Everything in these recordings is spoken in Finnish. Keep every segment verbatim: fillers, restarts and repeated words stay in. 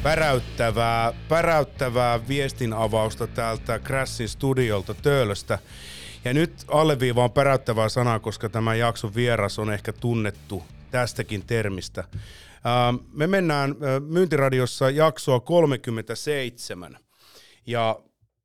Päräyttävää, päräyttävää viestin avausta täältä Crashin studiolta Töölöstä. Ja nyt alleviivaan päräyttävää sanaa, koska tämä jakson vieras on ehkä tunnettu tästäkin termistä. Me mennään Myyntiradiossa jaksoa kolmekymmentäseitsemän. Ja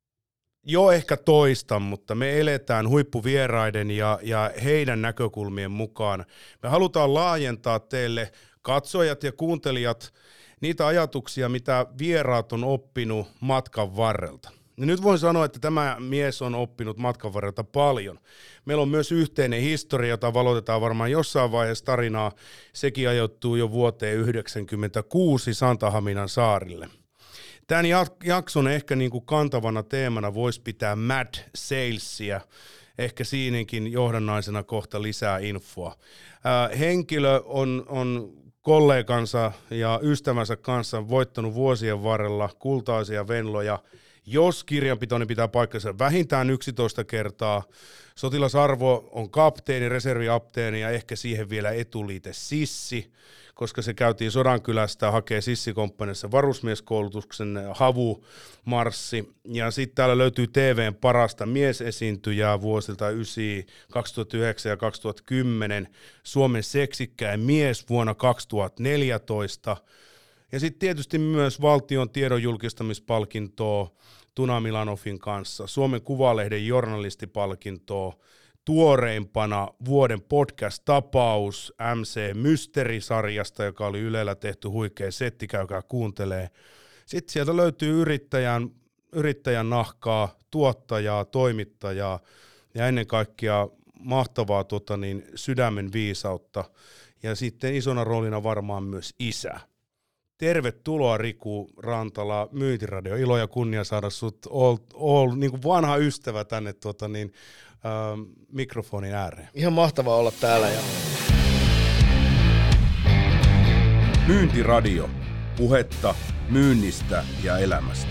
jo ehkä toistan, mutta me eletään huippuvieraiden ja, ja heidän näkökulmien mukaan. Me halutaan laajentaa teille katsojat ja kuuntelijat niitä ajatuksia, mitä vieraat on oppinut matkan varrelta. Ja nyt voin sanoa, että tämä mies on oppinut matkan varrelta paljon. Meillä on myös yhteinen historia, jota valotetaan varmaan jossain vaiheessa tarinaa. Sekin ajoittuu jo vuoteen yhdeksänkymmentäkuusi Santahaminan saarille. Tämän jakson ehkä niin kuin kantavana teemana voisi pitää Mad Salesia. Ehkä siinäkin johdannaisena kohta lisää infoa. Äh, henkilö on, on kollegansa ja ystävänsä kanssa voittanut vuosien varrella kultaisia venloja. Jos kirjanpito, niin pitää paikkansa vähintään yksitoista kertaa. Sotilasarvo on kapteeni, reserviapteeni ja ehkä siihen vielä etuliite sissi, koska se käytiin Sodankylästä hakee sissikomppanissa varusmieskoulutuksen havumarssi. Ja sitten täällä löytyy T V:n parasta miesesiintyjää vuosilta yhdeksän, kaksituhattayhdeksän ja kaksituhattakymmenen. Suomen seksikkäin mies vuonna kaksituhattaneljätoista. Ja sitten tietysti myös valtion tiedonjulkistamispalkintoa Tuna Milanovin kanssa, Suomen Kuvalehden journalistipalkintoa, tuoreimpana vuoden podcast-tapaus M C Mystery-sarjasta, joka oli Ylellä tehty huikea setti, käykää kuuntelee. Sitten sieltä löytyy yrittäjän, yrittäjän nahkaa, tuottajaa, toimittajaa ja ennen kaikkea mahtavaa tota niin, sydämen viisautta ja sitten isona roolina varmaan myös isä. Tervetuloa Riku Rantala, Myyntiradio. Ilo ja kunnia saada sut all, all, niin kuin vanha ystävä tänne tuota, niin, äh, mikrofonin ääreen. Ihan mahtavaa olla täällä. Ja... Myyntiradio. Puhetta myynnistä ja elämästä.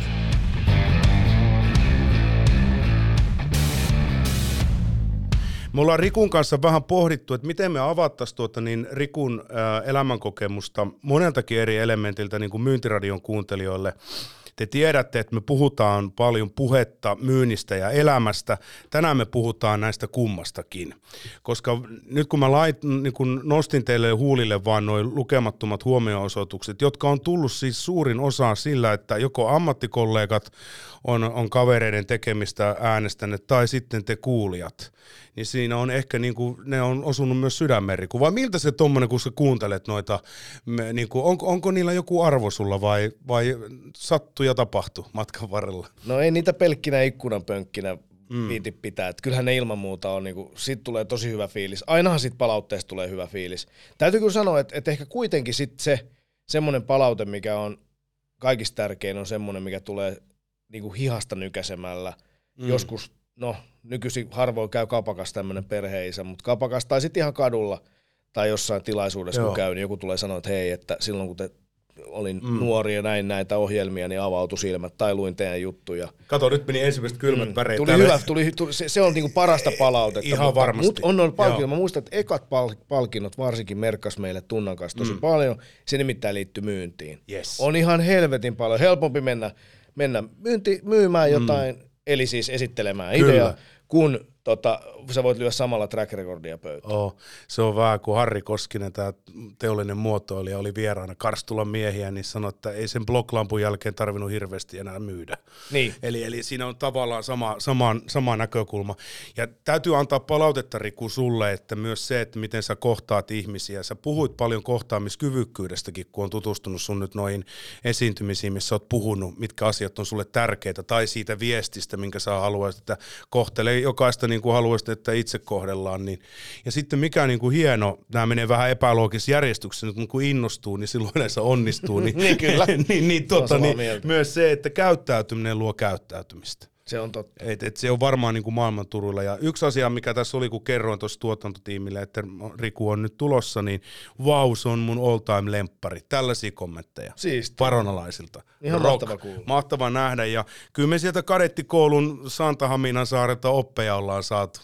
Me ollaan Rikun kanssa vähän pohdittu, että miten me avattaisiin tuota niin Rikun ää, elämänkokemusta moneltakin eri elementiltä niin kuin Myyntiradion kuuntelijoille. Te tiedätte, että me puhutaan paljon puhetta myynnistä ja elämästä. Tänään me puhutaan näistä kummastakin, koska nyt kun mä lait, niin kun nostin teille huulille vaan noin lukemattomat huomio-osoitukset, jotka on tullut siis suurin osa sillä, että joko ammattikollegat on, on kavereiden tekemistä äänestäneet tai sitten te kuulijat, niin siinä on ehkä niin kuin, ne on osunut myös sydämeen, Riku. Vai miltä se tommonen, kun sä kuuntelet noita, me, niin kuin, onko, onko niillä joku arvo sulla vai, vai sattuu ja tapahtuu matkan varrella? No ei niitä pelkkinä ikkunanpönkkinä mm. viiti pitää. Et kyllähän ne ilman muuta on, niinku, sit tulee tosi hyvä fiilis. Ainahan sit palautteesta tulee hyvä fiilis. Täytyy kyllä sanoa, että et ehkä kuitenkin sit se semmoinen palaute, mikä on kaikista tärkein, on semmoinen, mikä tulee niinku hihasta nykäsemällä. Mm. Joskus, no nykyisin harvoin käy kapakas tämmöinen perheisä, mutta kapakas tai sitten ihan kadulla tai jossain tilaisuudessa, Joo. kun käy, niin joku tulee sanoa, että hei, että silloin kun te olin mm. nuori ja näin näitä ohjelmia, niin avautui silmät tai luin teidän juttuja. Kato, nyt meni ensimmäiset kylmät mm. väreet. Tuli hyvä, tuli, tuli, se, se on niinku parasta palautetta. Ihan mutta, varmasti. Mut on ollut palkinnot. Mä muistan, että ekat palkinnot varsinkin merkkas meille Tunnan kanssa tosi mm. paljon. Se nimittäin liittyy myyntiin. Yes. On ihan helvetin paljon. Helpompi mennä, mennä myynti, myymään jotain, mm. eli siis esittelemään ideaa, kun tota, sä voit lyödä samalla track recordia pöytään. Oh, se on vähän kuin Harri Koskinen, tämä teollinen muotoilija, oli vieraana Karstulan miehiä, niin sanoi, että ei sen blocklampun jälkeen tarvinnut hirveästi enää myydä. Niin. Eli, eli siinä on tavallaan sama, sama, sama näkökulma. Ja täytyy antaa palautetta, Riku, sulle, että myös se, että miten sä kohtaat ihmisiä. Sä puhuit paljon kohtaamiskyvykkyydestäkin, kun on tutustunut sun nyt noihin esiintymisiin, missä oot puhunut, mitkä asiat on sulle tärkeitä, tai siitä viestistä, minkä sä haluaisit, että kohtelee jokaista niin kuin haluaisit, että itse kohdellaan. Niin. Ja sitten mikä niin kuin hieno, nämä menee vähän epäloogisesti järjestyksessä, mutta kun innostuu, niin silloin yleensä onnistuu. Niin, niin kyllä. niin, niin, tota, niin, myös se, että käyttäytyminen luo käyttäytymistä. Se on totta. Et, et se on varmaan niin kuin maailman turuilla. Ja yksi asia, mikä tässä oli, kun kerroin tuossa tuotantotiimille, että Riku on nyt tulossa, niin vau, se on mun all time lemppari. Tällaisia kommentteja Siisti. Paronalaisilta. Ihan Rock. mahtava kuulla. Mahtava nähdä. Ja kyllä me sieltä kadettikoulun Santahaminan saarelta oppeja ollaan saatu.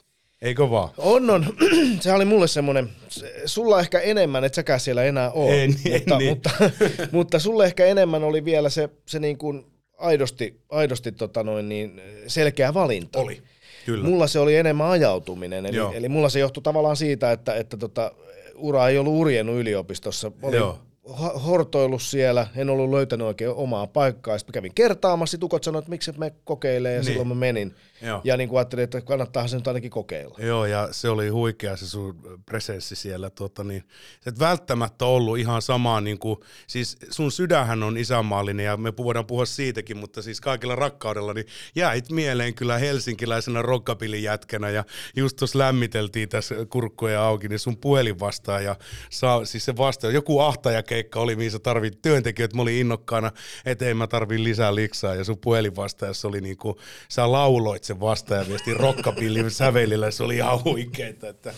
Eikö vaan? On, on. Se oli mulle semmoinen, sulla ehkä enemmän, et säkään siellä enää ole, ei, mutta, niin. mutta, mutta sulle ehkä enemmän oli vielä se, se niin kuin aidosti, aidosti tota noin niin selkeä valinta. Oli, kyllä. Mulla se oli enemmän ajautuminen, eli, eli mulla se johtui tavallaan siitä, että, että tota, ura ei ollut urjennut yliopistossa. Oli Joo. hortoillut siellä, en ollut löytänyt oikein omaa paikkaa. Sitten kävin kertaamassa, tukot sanoivat, että miksi et me kokeilee, ja niin. silloin mä menin. Joo. Ja niin kuin ajattelin, että kannattaahan se nyt ainakin kokeilla. Joo, ja se oli huikea se sun presenssi siellä. Tuota, niin, et välttämättä ollut ihan samaa, niin kuin, siis sun sydänhän on isänmaallinen, ja me voidaan puhua siitäkin, mutta siis kaikilla rakkaudella, niin jäit mieleen kyllä helsinkiläisenä rockabilly-jätkänä, ja just tuossa lämmiteltiin tässä kurkkuja auki, niin sun puhelin vastaa, ja saa, siis se vastaa, joku ahtajakeikka oli, missä tarvit työntekijöitä, mä olin innokkaana, että ei mä tarvii lisää liksaa, ja sun puhelin vastaajassa oli niin kuin, sä lauloit sen vastaajaviestin rockabillin sävelillä, se oli ihan huikeeta, että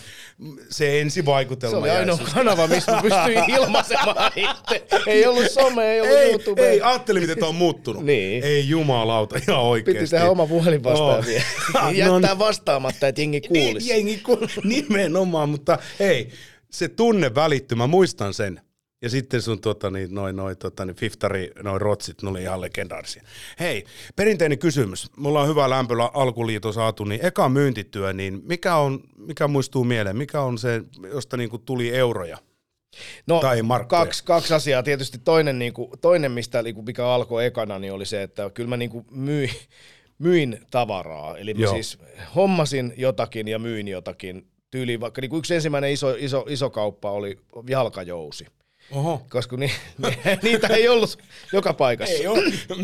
se ensivaikutelma. Se oli ainoa kanava, missä mä pystyin ilmaisemaan itse. Ei ollut some, ei ollut ei, YouTube. Ei, ajatteli miten tää on muuttunut. Niin. Ei jumalauta, ihan oikeesti. Piti tehdä oma puhelin vastaaja oh. Jättää vastaamatta, että jengi kuulisi. Jengi kuulisi, nimenomaan, mutta hei, se tunne välittyy, mä muistan sen. Ja sitten sun tota, niin, noin noi, tota, niin Fiftari, noin rotsit, ne oli ihan legendaarisia. Hei, perinteinen kysymys. Mulla on hyvä lämpöllä alkuliito saatu, niin eka myyntityö, niin mikä, on, mikä muistuu mieleen? Mikä on se, josta niin kuin tuli euroja? No, tai markkoja? Kaksi, kaksi asiaa. Tietysti toinen, niin kuin, toinen mistä, niin kuin, mikä alkoi ekana, niin oli se, että kyllä mä niin kuin myin, myin tavaraa. Eli mä siis hommasin jotakin ja myin jotakin. Tyyliin vaikka niin kuin yksi ensimmäinen iso, iso, iso kauppa oli jalkajousi. Oho. Koska ni, niitä ei ollut joka paikassa. Ei ole.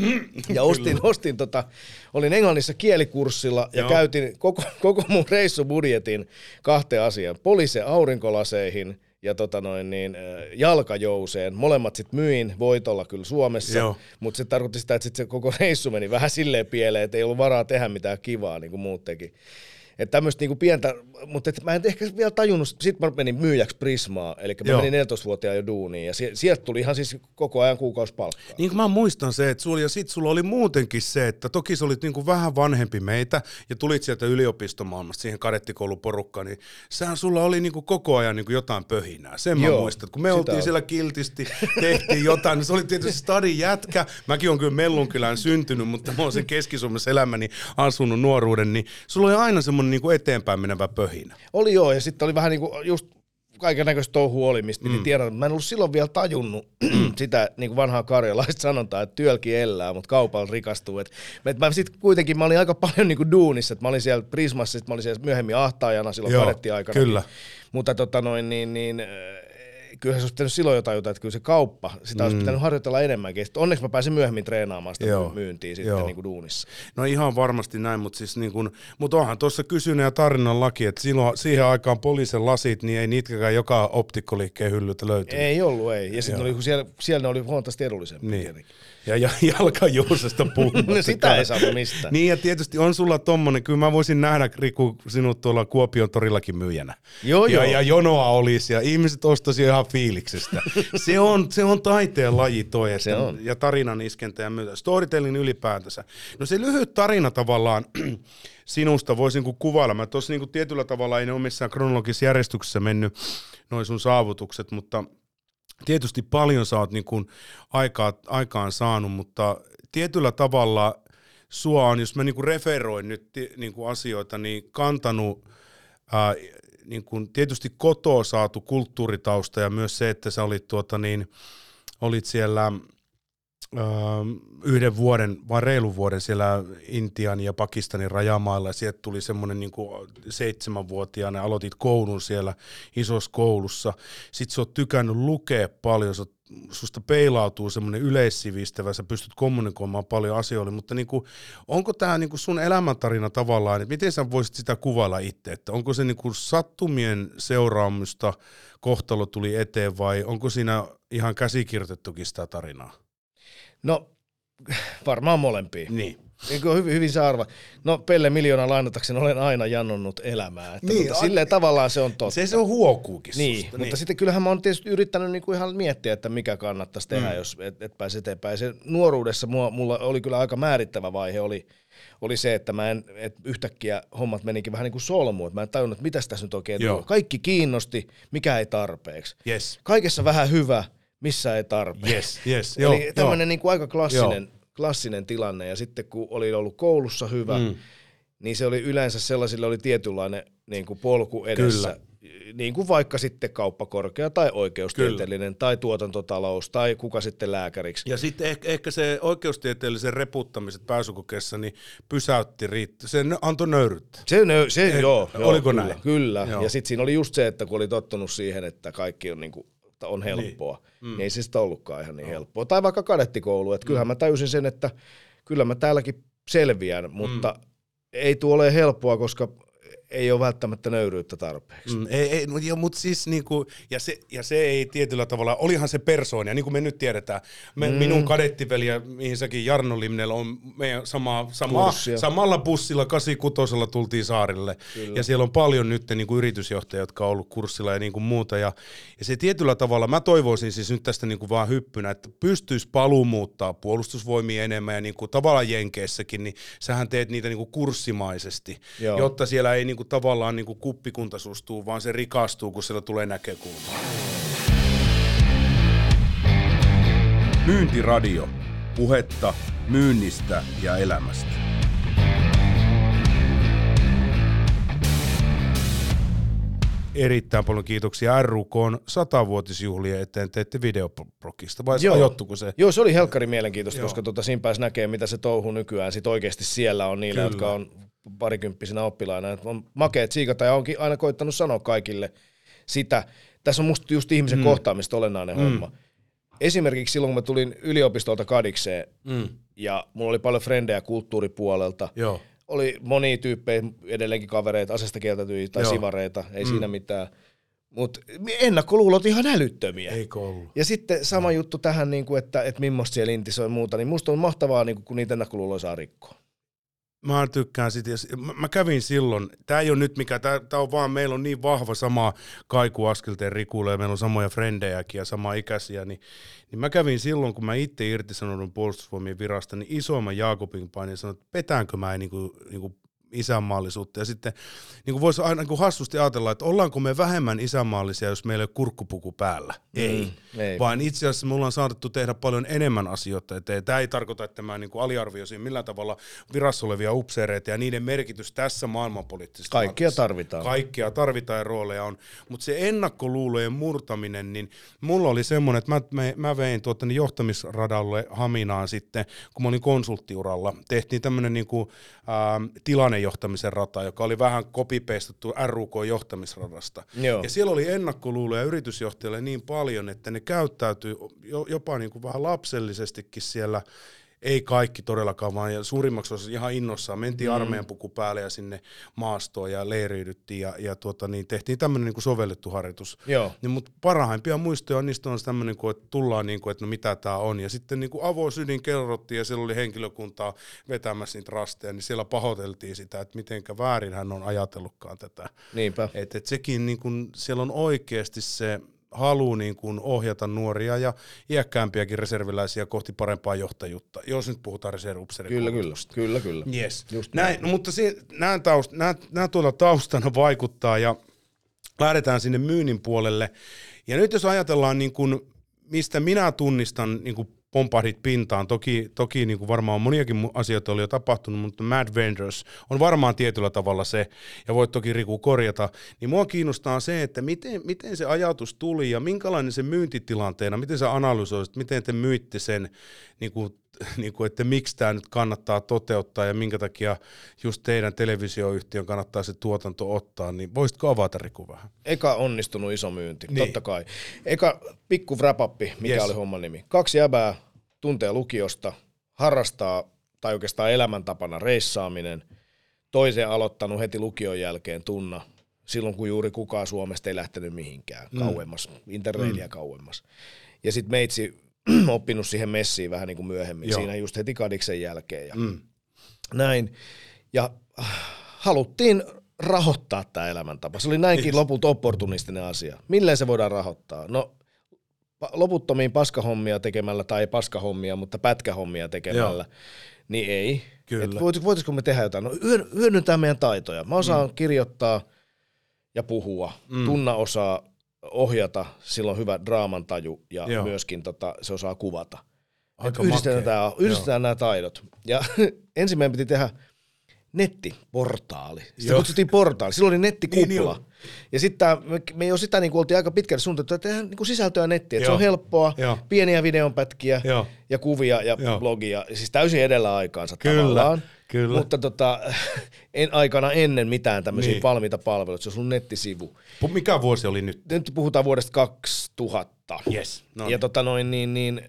Ja ostin, ostin tota, olin Englannissa kielikurssilla ja Joo. käytin koko, koko mun reissubudjetin kahteen asiaan. Poliise aurinkolaseihin ja tota noin niin, jalkajouseen. Molemmat sit myin voitolla kyllä Suomessa, mutta se tarkoitti sitä, että sit se koko reissu meni vähän silleen pieleen, että ei ollut varaa tehdä mitään kivaa niin kuin muut teki. Että tämmöistä niinku pientä, mutta et mä en ehkä vielä tajunnut, sit mä menin myyjäksi Prismaa, eli mä Joo. menin neljätoistavuotiaan jo duuniin, ja sieltä tuli ihan siis koko ajan kuukausipalkkaa. Niin kuin mä muistan se, että sulla, ja sit sulla oli muutenkin se, että toki sä olit niinku vähän vanhempi meitä, ja tulit sieltä yliopistomaailmasta siihen kadettikouluporukkaan, niin sehän sulla oli niinku koko ajan niinku jotain pöhinää. Sen mä Joo, muistan, kun me oltiin on. siellä kiltisti, tehtiin jotain, niin se oli tietysti stadin jätkä, mäkin on kyllä Mellunkylään syntynyt, mutta mä oon sen Keski-Suomessa elämäni asunut nuoruuden, niin sulla oli aina semmoinen niin kuin eteenpäin menevä pöhinä. Oli joo, ja sitten oli vähän niin kuin just kaiken näköistä touhua oli, mistä mm. piti tiedä. Mä en ollut silloin vielä tajunnut sitä niin kuin vanhaa karjalaista sanontaa, että työlki elää, mutta kaupalla rikastuu. Et, et mä sit kuitenkin mä olin aika paljon niin kuin duunissa, että mä olin siellä Prismassa, sit mä olin siellä myöhemmin ahtaajana silloin kadettiaikana. Kyllä. Mutta tota noin niin, niin kyllähän se olisi pitänyt silloin jotain jotain, että kyllä se kauppa, sitä olisi mm. pitänyt harjoitella enemmänkin. Sitten onneksi mä pääsin myöhemmin treenaamaan sitä Joo. myyntiä sitten niin kuin duunissa. No ihan varmasti näin, mutta siis niin kuin, mutta onhan tuossa kysynyt ja tarinan laki, että silloin, siihen aikaan poliisen lasit, niin ei niitäkään joka optikkoliikkeen hyllyltä löytynyt. Ei ollut, ei. Ja sitten oli, siellä, siellä ne oli huomattavasti edullisempia. Niin. Ja, ja jalkajuusesta puhumatta. No sitä ei saanut mistään. Niin ja tietysti on sulla tommonen, kyllä mä voisin nähdä Riku sinut tuolla Kuopion torillakin myyjänä. Joo, ja, joo. ja jonoa olisi ja ihmiset ostaisi ihan fiiliksestä. se, on, se on taiteen laji toi. Se on. Ja tarinan iskentä ja myötä. Storytelling ylipäätänsä. No se lyhyt tarina tavallaan sinusta voisin kun kuvailla. Mä tossa niin tietyllä tavalla ei ole missään kronologisessa järjestyksessä mennyt noin sun saavutukset, mutta tietysti paljon sä oot niin kuin aikaa, aikaan saanut, mutta tietyllä tavalla sua on, jos mä niin kuin referoin nyt niin kuin asioita, niin kantanut ää, niin kuin tietysti kotoa saatu kulttuuritausta ja myös se, että sä olit, tuota niin, olit siellä ää, yhden vuoden, vai reilun vuoden siellä Intian ja Pakistanin rajamailla ja sieltä tuli semmoinen niin kuin seitsemänvuotiaana, aloitit koulun siellä isossa koulussa. Sitten sä oot tykännyt lukea paljon, sä oot, susta peilautuu semmoinen yleissivistävä, sä pystyt kommunikoimaan paljon asioille, mutta niin kuin, onko tämä niin kuin sun elämäntarina tavallaan, että miten sä voisit sitä kuvailla itse, että onko se niin kuin sattumien seuraamusta kohtalo tuli eteen vai onko siinä ihan käsikirjoitettukin sitä tarinaa? No varmaan molempia. Niin. Niin kuin hyvin, hyvin sä arva. No Pelle Miljoona lainatakseni olen aina jannonnut elämää. Että niin, mutta silleen tavallaan se on totta. Se, se on huokuukin niin, susta. Mutta niin. sitten kyllähän mä oon tietysti yrittänyt niinku ihan miettiä, että mikä kannattaisi tehdä, mm. jos et, et pääse eteenpäin. Se nuoruudessa mua, mulla oli kyllä aika määrittävä vaihe, oli, oli se, että mä en, et yhtäkkiä hommat menikin vähän niin kuin solmuun, että mä en tajunnut, että mitäs tässä nyt oikein tulee. Kaikki kiinnosti, mikä ei tarpeeksi. Yes. Kaikessa vähän hyvä, missä ei tarpeeksi. Yes, yes. Eli joo, tämmöinen niin kuin aika klassinen, klassinen tilanne, ja sitten kun oli ollut koulussa hyvä, mm. niin se oli yleensä sellaisille oli tietynlainen niin kuin polku edessä. Kyllä. Niin kuin vaikka sitten kauppakorkea tai oikeustieteellinen Kyllä. tai tuotantotalous tai kuka sitten lääkäriksi. Ja sitten ehkä, ehkä se oikeustieteellisen reputtamiset pääsykokeessa niin pysäytti riittää. Se antoi nöyryttä. Se, nö, se eh, joo. Oliko joo, näin? Kyllä. Joo. Ja sitten siinä oli just se, että kun oli tottunut siihen, että kaikki on, niin kuin, on helppoa, niin, mm. niin ei se sitä ollutkaan ihan niin no. helppoa. Tai vaikka kadettikoulu. Että mm. kyllähän mä tajusin sen, että kyllä mä täälläkin selviän, mutta mm. ei tuo ole helppoa, koska ei ole välttämättä nöyryyttä tarpeeksi. Mm, ei, ei, mutta siis niinku, ja se, ja se ei tietyllä tavalla, olihan se persoona, niin kuin me nyt tiedetään, me, mm. minun kadettiveli ja mihin säkin Jarno Limnellä on meidän sama, sama, samalla bussilla kahdeksankymmentäkuusi tultiin saarille. Kyllä. Ja siellä on paljon nyt niinku yritysjohtajia, jotka on ollut kurssilla ja niinku muuta. Ja, ja se tietyllä tavalla, mä toivoisin siis nyt tästä niinku vaan hyppynä, että pystyisi paluu muuttaa puolustusvoimia enemmän ja niinku tavallaan Jenkeissäkin, niin sähän teet niitä niinku kurssimaisesti, Joo. jotta siellä ei niinku tavallaan niinku kuppikunta sustuu, vaan se rikastuu, kun siellä tulee näkökulmaa. Myyntiradio. Puhetta myynnistä ja elämästä. Erittäin paljon kiitoksia R U K:n satavuotisjuhlien eteen. Teitte videoprokista, vai ajottuko se? Joo, se oli helkkari mielenkiintoista, Joo. koska tuota, siinä pääsi näkee, mitä se touhu nykyään sit oikeasti siellä on niillä, Kyllä. jotka on parikymppisenä oppilaina. On makea tsiikata ja onkin aina koittanut sanoa kaikille sitä. Tässä on musta just ihmisen mm. kohtaamista olennainen mm. homma. Esimerkiksi silloin, kun mä tulin yliopistolta Kadikseen mm. ja mulla oli paljon frendejä kulttuuripuolelta, Joo. oli monia tyyppejä, edelleenkin kavereita, asesta kieltätyjä tai Joo. sivareita, ei mm. siinä mitään. Mutta ennakkoluulot ihan älyttömiä. Eikö ollut? Ja sitten sama no. juttu tähän, niin kuin, että, että millaista siellä intisoi ja muuta, niin musta on mahtavaa, niin kuin, kun niitä ennakkoluuloja saa rikkoa. Mä tykkään sitä. Mä kävin silloin, tää ei ole nyt mikä, tää, tää on vaan, meillä on niin vahva sama kaiku Askelteen Rikulle ja meillä on samoja frendejäkin ja sama ikäisiä, niin, niin mä kävin silloin, kun mä itse irtisanoudun puolustusvoimien virasta, niin isoimman Jaakobin painin ja sanoin, että petäänkö mä niinku, niinku isänmaallisuutta. Ja sitten niin kuin voisi aina niin kuin hassusti ajatella, että ollaanko me vähemmän isänmaallisia, jos meillä ei ole kurkkupuku päällä. Mm, ei. ei. Vaan itse asiassa me ollaan saatettu tehdä paljon enemmän asioita eteen. Tämä ei tarkoita, että mä niin kuin aliarvioisin millään tavalla virassa olevia upseereita ja niiden merkitys tässä maailmanpoliittisessa Kaikkia matkassa. tarvitaan. Kaikkia tarvitaan ja rooleja on. Mutta se ennakkoluulojen murtaminen, niin mulla oli semmoinen, että mä, mä, mä vein tuota, niin johtamisradalle Haminaan sitten, kun mä olin konsulttiuralla. Tehtiin tämmöinen niin kuin, ää, tilannejohtamisen rata, joka oli vähän copy-pastattu R U K-johtamisradasta. Joo. Ja siellä oli ennakkoluuloja yritysjohtajalle niin paljon, että ne käyttäytyi jopa niin kuin vähän lapsellisestikin siellä. Ei kaikki todellakaan, vaan ja suurimmaksi osassa ihan innossaan. Mentiin mm. armeijan puku päälle ja sinne maastoon ja leiriydyttiin ja, ja tuota, niin tehtiin tämmöinen niin kuin sovellettu harjoitus. Niin, mutta parhaimpia muistoja niistä on tämmöinen, että tullaan, niin kuin, että no mitä tämä on. Ja sitten niin kuin avosydin kerrottiin ja siellä oli henkilökuntaa vetämässä niitä rasteja, niin siellä pahoiteltiin sitä, että mitenkä väärin hän on ajatellutkaan tätä. Niinpä. Että et sekin, niin kuin, siellä on oikeasti se halu niin kuin ohjata nuoria ja iäkkäämpiäkin reserviläisiä kohti parempaa johtajuutta, jos nyt puhutaan reserviupseerin Kyllä, kyllä, kyllä, kyllä. Yes. Just näin, no, mutta si- nämä, taust- nämä, nämä tuolla taustana vaikuttaa ja lähdetään sinne myynnin puolelle. Ja nyt jos ajatellaan, niin kuin, mistä minä tunnistan niin kuin pompahdit pintaan. Toki, toki niin kuin varmaan moniakin asioita oli jo tapahtunut, mutta Mad Vendors on varmaan tietyllä tavalla se, ja voit toki Riku korjata, niin mua kiinnostaa se, että miten, miten se ajatus tuli ja minkälainen se myyntitilanteena, miten sä analysoisit, miten te myitte sen, niin kuin, niin kuin, että miksi tämä nyt kannattaa toteuttaa ja minkä takia just teidän televisioyhtiön kannattaa se tuotanto ottaa, niin voisitko avata Riku vähän? Eka onnistunut iso myynti, niin. Totta kai. Eka pikku wrap-up, mikä yes. oli homman nimi. Kaksi jäbää tuntee lukiosta, harrastaa tai oikeastaan elämäntapana reissaaminen, toisen aloittanut heti lukion jälkeen tunna, silloin kun juuri kukaan Suomesta ei lähtenyt mihinkään, mm. kauemmas, interneetiä mm. kauemmas. Ja sitten meitsi oppinut siihen messiin vähän niin kuin myöhemmin, Joo. siinä just heti Kadiksen jälkeen. Ja, mm. näin. Ja haluttiin rahoittaa tämä elämäntapa. Se oli näinkin yes. lopulta opportunistinen asia. Milleen se voidaan rahoittaa? No loputtomiin paskahommia tekemällä, tai ei paskahommia, mutta pätkähommia tekemällä, Joo. niin ei. Kyllä. Voitaisiko me tehdä jotain? No hyödyntää meidän taitoja. Mä osaan mm. kirjoittaa ja puhua, mm. Tunna osaa ohjata, sillä on hyvä draamantaju ja Joo. myöskin tota, se osaa kuvata. Yhdistetään, tää, yhdistetään nämä taidot. Ja ensimmäinen piti tehdä nettiportaali. Sitä Joo. kutsuttiin portaali. Silloin oli nettikupla. Niin, ja sitten me, me jo sitä niin oltiin aika pitkälle suunniteltu, että tehdään niin sisältöä nettiin. Se on helppoa, Joo. pieniä videonpätkiä Joo. ja kuvia ja Joo. blogia. Siis täysin edellä aikaansa kyllä, tavallaan. Kyllä. Mutta tota, en, aikana ennen mitään tämmöisiä niin. valmiita palveluita. Se on sun nettisivu. Mikä vuosi oli nyt? Nyt puhutaan vuodesta kaksituhatta. Yes. No ja tota noin niin... niin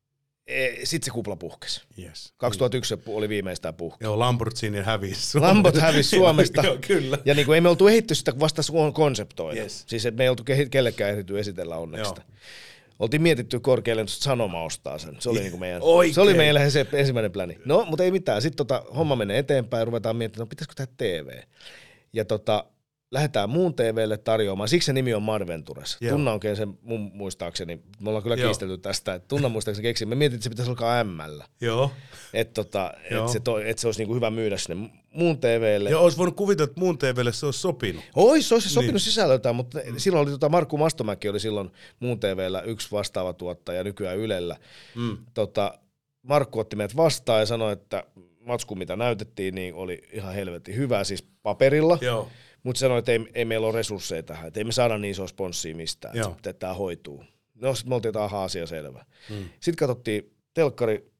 sitten se kupla puhkesi. Yes. kaksituhattayksi oli viimeistään puhkesi. Joo, Lamborghini hävisi. Lambot hävisi Suomesta. Joo, kyllä. Ja niin kuin ei me oltu ehitty sitä vasta konseptoida. Yes. Siis me ei oltu kellekään ehditty esitellä onneksi. Oltiin mietitty korkealle, että Sanoma ostaa sen. Se oli, niin kuin meidän, se oli meillä se ensimmäinen pläni. No, mutta ei mitään. Sitten tota, homma menee eteenpäin ja ruvetaan miettimään, no pitäisikö tehdä T V. Ja tota, lähdetään Muun T V:lle tarjoamaan. Siksi se nimi on Madventures. Joo. Tunna onkin se mun muistaakseni. Me ollaan kyllä Joo. kiistelty tästä. Että Tunna muistaakseni keksi. Me mietin, että se pitäisi alkaa M:llä. Joo. Että tota, et se, et se olisi niinku hyvä myydä sinne Muun T V:lle. Joo, olisi voinut kuvitella, että Muun T V:lle se olisi sopinut. Ois, olisi se sopinut niin. sisällöltään, mutta mm. silloin oli tota Markku Mastomäki oli silloin Muun T V:llä yksi vastaava tuottaja nykyään Ylellä. Mm. Tota, Markku otti meidät vastaan ja sanoi, että matsku mitä näytettiin, niin oli ihan helvetin hyvä siis paperilla. Joo. Mutta sanoi, että ei, ei meillä ole resursseja tähän, että ei me saada niin isoa sponssia mistään, että, että tämä hoituu. No sitten me oltiin, että aha, asia selvä. Mm. Sitten katsottiin telkkari,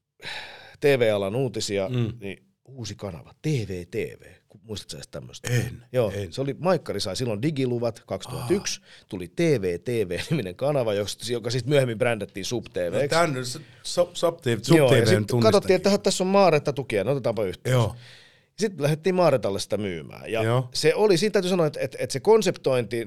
T V-alan uutisia, mm. niin uusi kanava, T V T V. Muistatko sä tämmöistä? En. Joo, en. Se oli, Maikkari sai silloin digiluvat, kaksituhattayksi, ah. tuli T V T V-niminen kanava, joka sitten myöhemmin brändättiin Sub T V:ksi. No tämän Sub, Sub T V Joo, ja sitten katsottiin, että tässä on Maaretta tukia, no otetaanpa yhteys. Joo. Sitten lähdettiin Maaretalle sitä myymään. Ja Joo. se oli, siitä täytyy sanoa, että, että, että se konseptointi,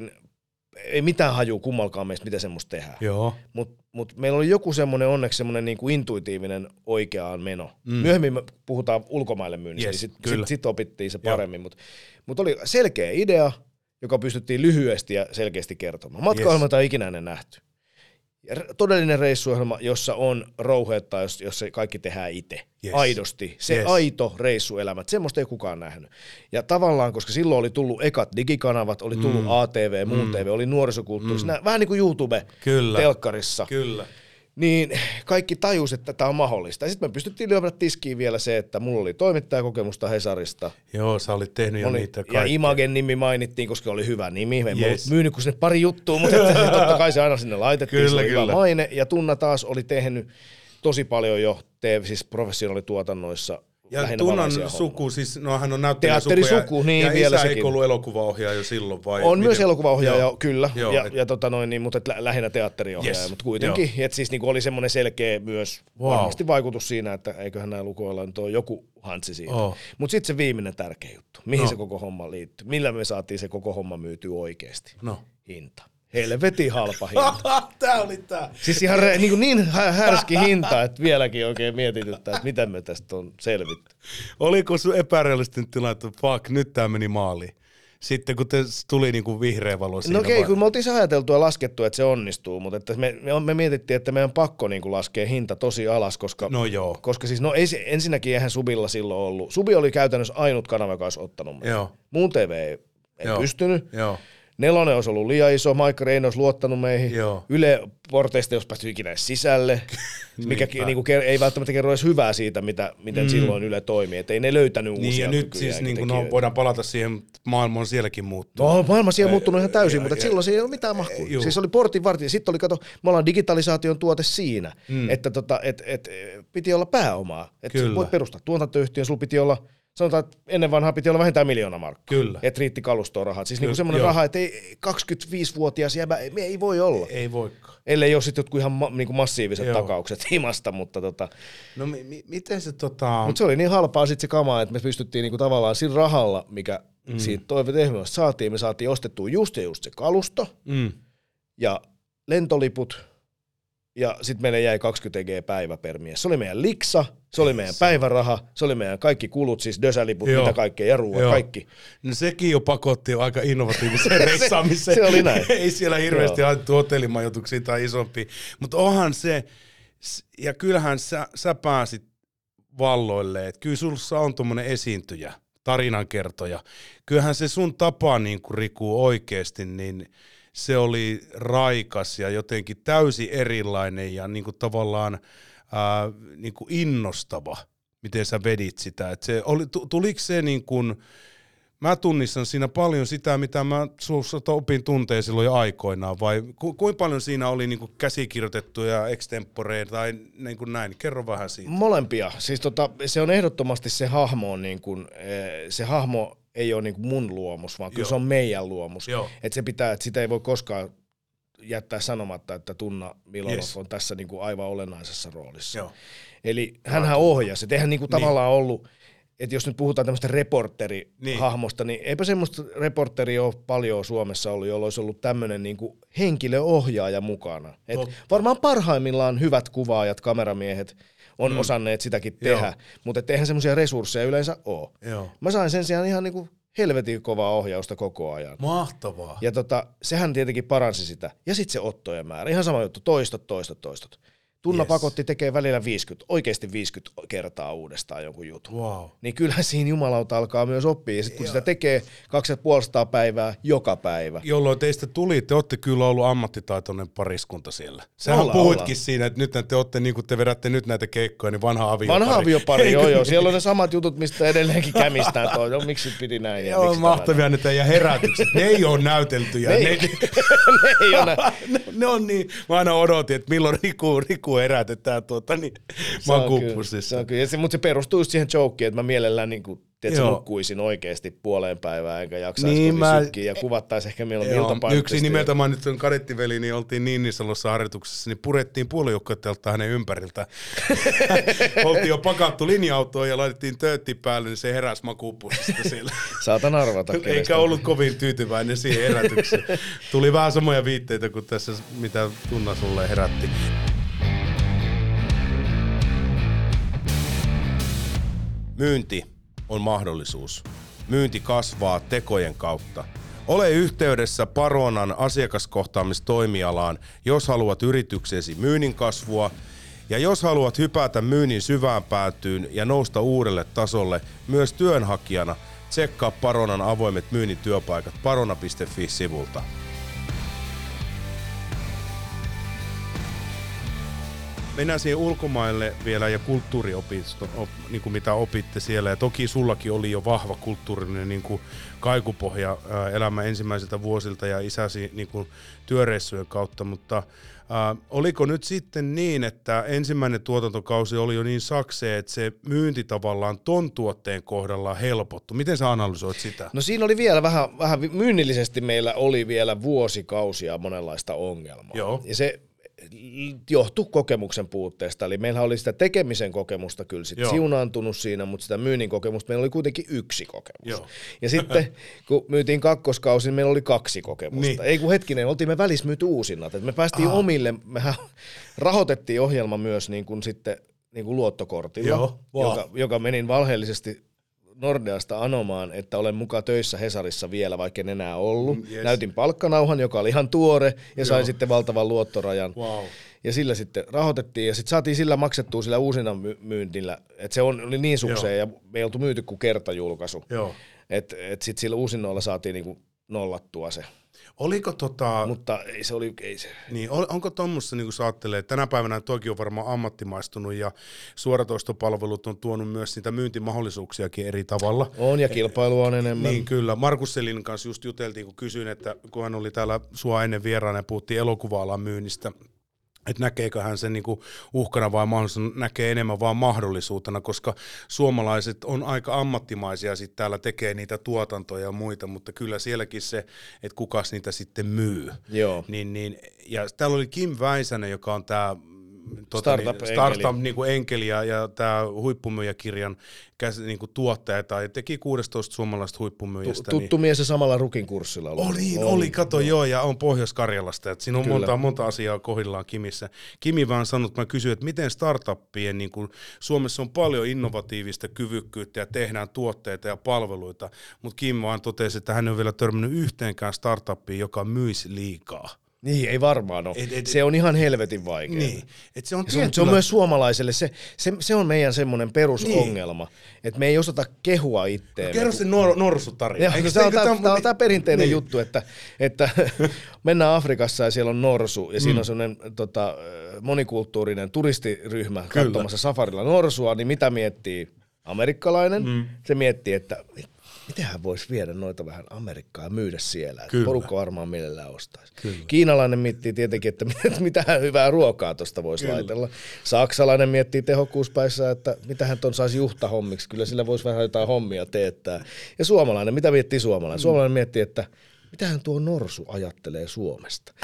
ei mitään hajua kummalkaan meistä, mitä semmoista tehdään. Mutta mut meillä oli joku semmoinen, onneksi semmoinen niinku intuitiivinen oikeaan meno. Mm. Myöhemmin me puhutaan ulkomaille myynnistä, yes, niin sitten sit, sit opittiin se paremmin. Mutta mut oli selkeä idea, joka pystyttiin lyhyesti ja selkeästi kertomaan. Matkaohjelmaa ei ikinä ennen nähty. Todellinen reissuohjelma, jossa on rouheetta, jos, jos se kaikki tehdään itse. Yes. Aidosti. Se yes. aito reissuelämä. Semmoista ei kukaan nähnyt. Ja tavallaan, koska silloin oli tullut ekat digikanavat, oli tullut mm. A T V, Muun mm. T V, oli nuorisokulttuurissa. Mm. Vähän niin kuin YouTube Kyllä. telkkarissa. Kyllä. Niin kaikki tajus, että tämä on mahdollista. Ja sitten me pystyttiin lyömään tiskiin vielä se, että mulla oli toimittajakokemusta Hesarista. Joo, sä olit tehnyt jo Moni, niitä kaikkea. Ja Imagen nimi mainittiin, koska oli hyvä nimi. En yes. myynyt kuin sinne pari juttua, mutta totta kai se aina sinne laitettiin. Kyllä, se oli kyllä. hyvä maine. Ja Tunna taas oli tehnyt tosi paljon jo T V, siis professionaalituotannoissa. Ja Tunnan suku, siis no hän on näyttelijä teatterisuku, niin ja vielä isä sekin. Eikö ollut elokuvaohjaaja jo silloin vai? On miten? Myös elokuvaohjaaja, Joo. kyllä, Joo, ja, et... ja tota noin, niin, mutta et lä- lähinnä teatteriohjaaja, yes. mutta kuitenkin, että siis niinku oli semmoinen selkeä myös wow. varmasti vaikutus siinä, että eiköhän näin lukoilla nyt ole joku hantsi siitä. Oh. Mutta sitten se viimeinen tärkeä juttu, mihin no. se koko homma liittyy, millä me saatiin se koko homma myytyä oikeasti, no. hinta. Helvetin halpa hinta. Tää oli tää. Siis ihan re, niin, niin härski hinta, että vieläkin oikein mietityttää, että miten me tästä on selvitty. Oliko sun epärealistinen tilanne, että fuck, nyt tää meni maaliin? Sitten kun te tuli niinku vihreä valo siinä. No okei, okay, kun me oltiin ajateltu ja laskettu, että se onnistuu, mutta että me, me mietittiin, että meidän pakko niinku laskea hinta tosi alas, koska, no joo. koska siis, no ei, ensinnäkin eihän Subilla silloin ollut. Subi oli käytännössä ainut kanava, joka olisi ottanut meitä. Joo. Muun T V ei, ei pystynyt. Joo. Nelonen olisi ollut liian iso, Maikkari ei olisi luottanut meihin. Joo. Yle porteista ei olisi päästy ikinä sisälle, mikä niinku, ei välttämättä kerro edes hyvää siitä, mitä, miten mm. silloin Yle toimii. Et ei ne löytänyt niin, uusia ja nyt siis niin no, voidaan palata siihen, maailma on sielläkin muuttunut. No, maailma siellä on muuttunut ihan täysin, ja, mutta ja, silloin se ei ollut mitään mahkua. Siis oli portin vartija. Sitten oli, kato, me ollaan digitalisaation tuote siinä, mm. että tota, et, et, piti olla pääomaa. Että voit perustaa tuotantoyhtiön, sulla piti olla... Sanotaan, että ennen vanhaa piti olla vähintään miljoona markkaa. Kyllä. Että riitti kalustoon rahat. Siis niinku semmoinen raha, että ei, kaksikymmentäviisivuotias jäbä ei, ei voi olla. Ei voikaan. Ellei ole sitten jotkut ihan ma, niinku massiiviset Joo. takaukset himasta, mutta tota... No mi, mi, miten se tota... Mutta se oli niin halpaa sitten se kama, että me pystyttiin niinku tavallaan sillä rahalla, mikä mm. siitä toivetehdasta saatiin, me saatiin ostettua just ja just se kalusto mm. ja lentoliput ja sitten meille jäi kaksikymmentä euroa päivä per mies. Se oli meidän liksa, se oli meidän päiväraha, se oli meidän kaikki kulut, siis dösäliput, Joo. mitä kaikkea, ja ruoat, kaikki. No sekin jo pakotti jo aika innovatiiviseen reissaamiseen. Se oli näin. Ei siellä hirveästi haettu hotellimajoituksia tai isompia, mutta onhan se, ja kyllähän sä, sä pääsit valloille, että kyllä sulla on tommonen esiintyjä, tarinankertoja. Kyllähän se sun tapa, niin kuin Riku, oikeasti, niin se oli raikas ja jotenkin täysin erilainen ja niin kuin tavallaan ää, niin kuin innostava, miten sä vedit sitä. Et se oli, tuliko se niin kuin, mä tunnistan siinä paljon sitä, mitä mä suussa opin tunteen silloin jo aikoinaan, vai ku, kuinka paljon siinä oli niin kuin käsikirjoitettuja extemporeja tai niin kuin näin? Kerro vähän siitä. Molempia. Siis tota, se on ehdottomasti se hahmo, on niin kuin, se hahmo ei ole niin kuin mun luomus, vaan kyllä Joo. se on meidän luomus. Että se pitää, että sitä ei voi koskaan jättää sanomatta, että Tunna Milonov yes. on tässä niin kuin aivan olennaisessa roolissa. Joo. Eli hänhän ohjasi. Eihän niin kuin niin. tavallaan ollut, että jos nyt puhutaan tämmöistä reporterihahmosta, niin. niin eipä semmoista reporteria ole paljon Suomessa ollut, jolla olisi ollut tämmöinen niin kuin henkilöohjaaja mukana. Et varmaan parhaimmillaan hyvät kuvaajat, kameramiehet on mm. osanneet sitäkin tehdä, mutta eihän semmoisia resursseja yleensä ole. Joo. Mä sain sen sijaan ihan niin kuin helvetin kovaa ohjausta koko ajan. Mahtavaa. Ja tota, sehän tietenkin paransi sitä. Ja sitten se ottojen määrä. Ihan sama juttu, toistot, toistot, toistot. Tunna yes. pakotti tekee välillä viisikymmentä, oikeasti viisikymmentä kertaa uudestaan jonkun jutun. Wow. Niin kyllähän siinä jumalauta alkaa myös oppia. Ja sitten kun ja. sitä tekee kaksi ja puolisataa päivää joka päivä. Jolloin teistä tuli, te olette kyllä ollut ammattitaitoinen pariskunta siellä. Sähän olla, puhuitkin olla. siinä, että nyt te olette, niin kuin te vedätte nyt näitä keikkoja, niin vanha aviopari. Vanha aviopari, joo joo. Siellä on ne samat jutut, mistä edelleenkin kämistään toi. No, miksi piti näin? Joo, miksi mahtavia ne teidän herätykset. Ne ei ole näyteltyjä. Ne, ne, ne, ne ei ole ne, ne on niin, mä aina odotin, että milloin Riku, Riku herätetään tuota, niin makuupussissa. Mutta se perustuu just siihen jokeen, että mä mielellään niin kuin, tiedätkö, nukkuisin oikeasti puoleen päivään, enkä jaksaisi niin kovin mä... sykkiä ja kuvattaisi ehkä mieluummin iltapainotteisesti. Yksi nimeltä mainittu kadettiveli, niin oltiin Niinisalossa harjoituksessa, niin purettiin puolijoukkotelta hänen ympäriltä. Oltiin jo pakattu linja-autoon ja laitettiin töötti päälle, niin se heräsi makuupussista siellä. Saatan arvata. Eikä ollut kovin tyytyväinen siihen herätykseen. Tuli vähän samoja viitteitä kuin tässä, mitä Tunna sulle herätti. Myynti on mahdollisuus. Myynti kasvaa tekojen kautta. Ole yhteydessä Paronan asiakaskohtaamistoimialaan, jos haluat yrityksesi myynnin kasvua ja jos haluat hypätä myynnin syvään päätyyn ja nousta uudelle tasolle myös työnhakijana, tsekkaa Paronan avoimet myynnin työpaikat parona piste fi-sivulta. Mennään siihen ulkomaille vielä ja kulttuuriopisto, op, niin kuin mitä opitte siellä. Ja toki sullakin oli jo vahva kulttuurinen niin kuin kaikupohja ää, elämä ensimmäisiltä vuosilta ja isäsi niin kuin työreissujen kautta, mutta ää, oliko nyt sitten niin, että ensimmäinen tuotantokausi oli jo niin saksea, että se myynti tavallaan ton tuotteen kohdalla helpottu? Miten sä analysoit sitä? No siinä oli vielä vähän, vähän myynnillisesti meillä oli vielä vuosikausia monenlaista ongelmaa. Joo. Ja se johtui kokemuksen puutteesta, eli meillä oli sitä tekemisen kokemusta kyllä sit siunaantunut siinä, mutta sitä myynnin kokemusta meillä oli kuitenkin yksi kokemus. Joo. Ja sitten kun myytiin kakkoskausi, niin meillä oli kaksi kokemusta. Niin. Ei kun hetkinen, oltiin me välissä myyty uusinnat, että me päästiin Aha. omille, mehän rahoitettiin ohjelma myös niin kuin sitten niin kuin luottokortilla, Joo. Wow. joka, joka meni valheellisesti Nordeasta anomaan, että olen mukaan töissä Hesarissa vielä, vaikka en enää ollut. Yes. Näytin palkkanauhan, joka oli ihan tuore, ja Joo. sain sitten valtavan luottorajan. Wow. Ja sillä sitten rahoitettiin, ja sitten saatiin sillä maksettua sillä uusinnan myyntillä. Että se on, oli niin sukseen, ja me ei oltu myyty kuin kertajulkaisu. Että et sitten sillä uusinnoilla saatiin niinku nollattua se. Oliko tota... Mutta ei se oli... Ei se. Niin, onko tuommoista, niin kuin sä ajattelee, että tänä päivänä toki on varmaan ammattimaistunut ja suoratoistopalvelut on tuonut myös niitä myyntimahdollisuuksiakin eri tavalla. On ja kilpailua on enemmän. Niin kyllä. Markus Selin kanssa just juteltiin, kun kysyin, että kun hän oli täällä sua ennen vieraana ja puhuttiin elokuva-alan myynnistä, että näkeekö hän sen niinku uhkana vai mahdollisuutena, näkee enemmän vaan mahdollisuutena, koska suomalaiset on aika ammattimaisia, sitten täällä tekee niitä tuotantoja ja muita, mutta kyllä sielläkin se, että kukas niitä sitten myy. Joo. Niin, niin, ja täällä oli Kim Väisänen, joka on tämä Tota, Startup niin, startup niin kuin enkeli ja, ja tämä huippumyyjäkirjan käs, niin kuin tuottaja tai teki kuusitoista suomalaista huippumyyjästä. Tuttu niin, mies ja samalla Rukin kurssilla ollut. Oli, oli, oli kato no. joo, ja on Pohjois-Karjalasta. Että siinä on monta, monta asiaa kohdillaan Kimissä. Kimi vaan sanoi, että mä kysyin, että miten startuppien, niin kuin Suomessa on paljon innovatiivista kyvykkyyttä ja tehdään tuotteita ja palveluita, mutta Kim vaan totesi, että hän ei ole vielä törmännyt yhteenkään startuppiin, joka myisi liikaa. Niin, ei varmaan ole. Et, et, se on ihan helvetin vaikea. Niin. Et se, on se, on, se on myös suomalaiselle, se, se, se on meidän semmoinen perusongelma, niin. Että me ei osata kehua itteemme. No, kerro se nor, norsutarina. Tämä on tämä perinteinen niin. juttu, että, että mennään Afrikassa ja siellä on norsu ja mm. siinä on semmoinen tota, monikulttuurinen turistiryhmä Kyllä. katsomassa safarilla norsua, niin mitä miettii amerikkalainen? Mm. Se miettii, että miten hän voisi viedä noita vähän Amerikkaan ja myydä siellä. Porukka varmaan mielellään ostaisi. Kyllä. Kiinalainen miettii tietenkin, että mitähän hyvää ruokaa tuosta voisi Kyllä. laitella. Saksalainen miettii tehokkuuspäissä, että mitähän ton saisi juhtahommiksi. Kyllä sillä voisi vähän jotain hommia teettää. Ja suomalainen, mitä miettii suomalainen? Mm. Suomalainen miettii, että mitähän tuo norsu ajattelee Suomesta?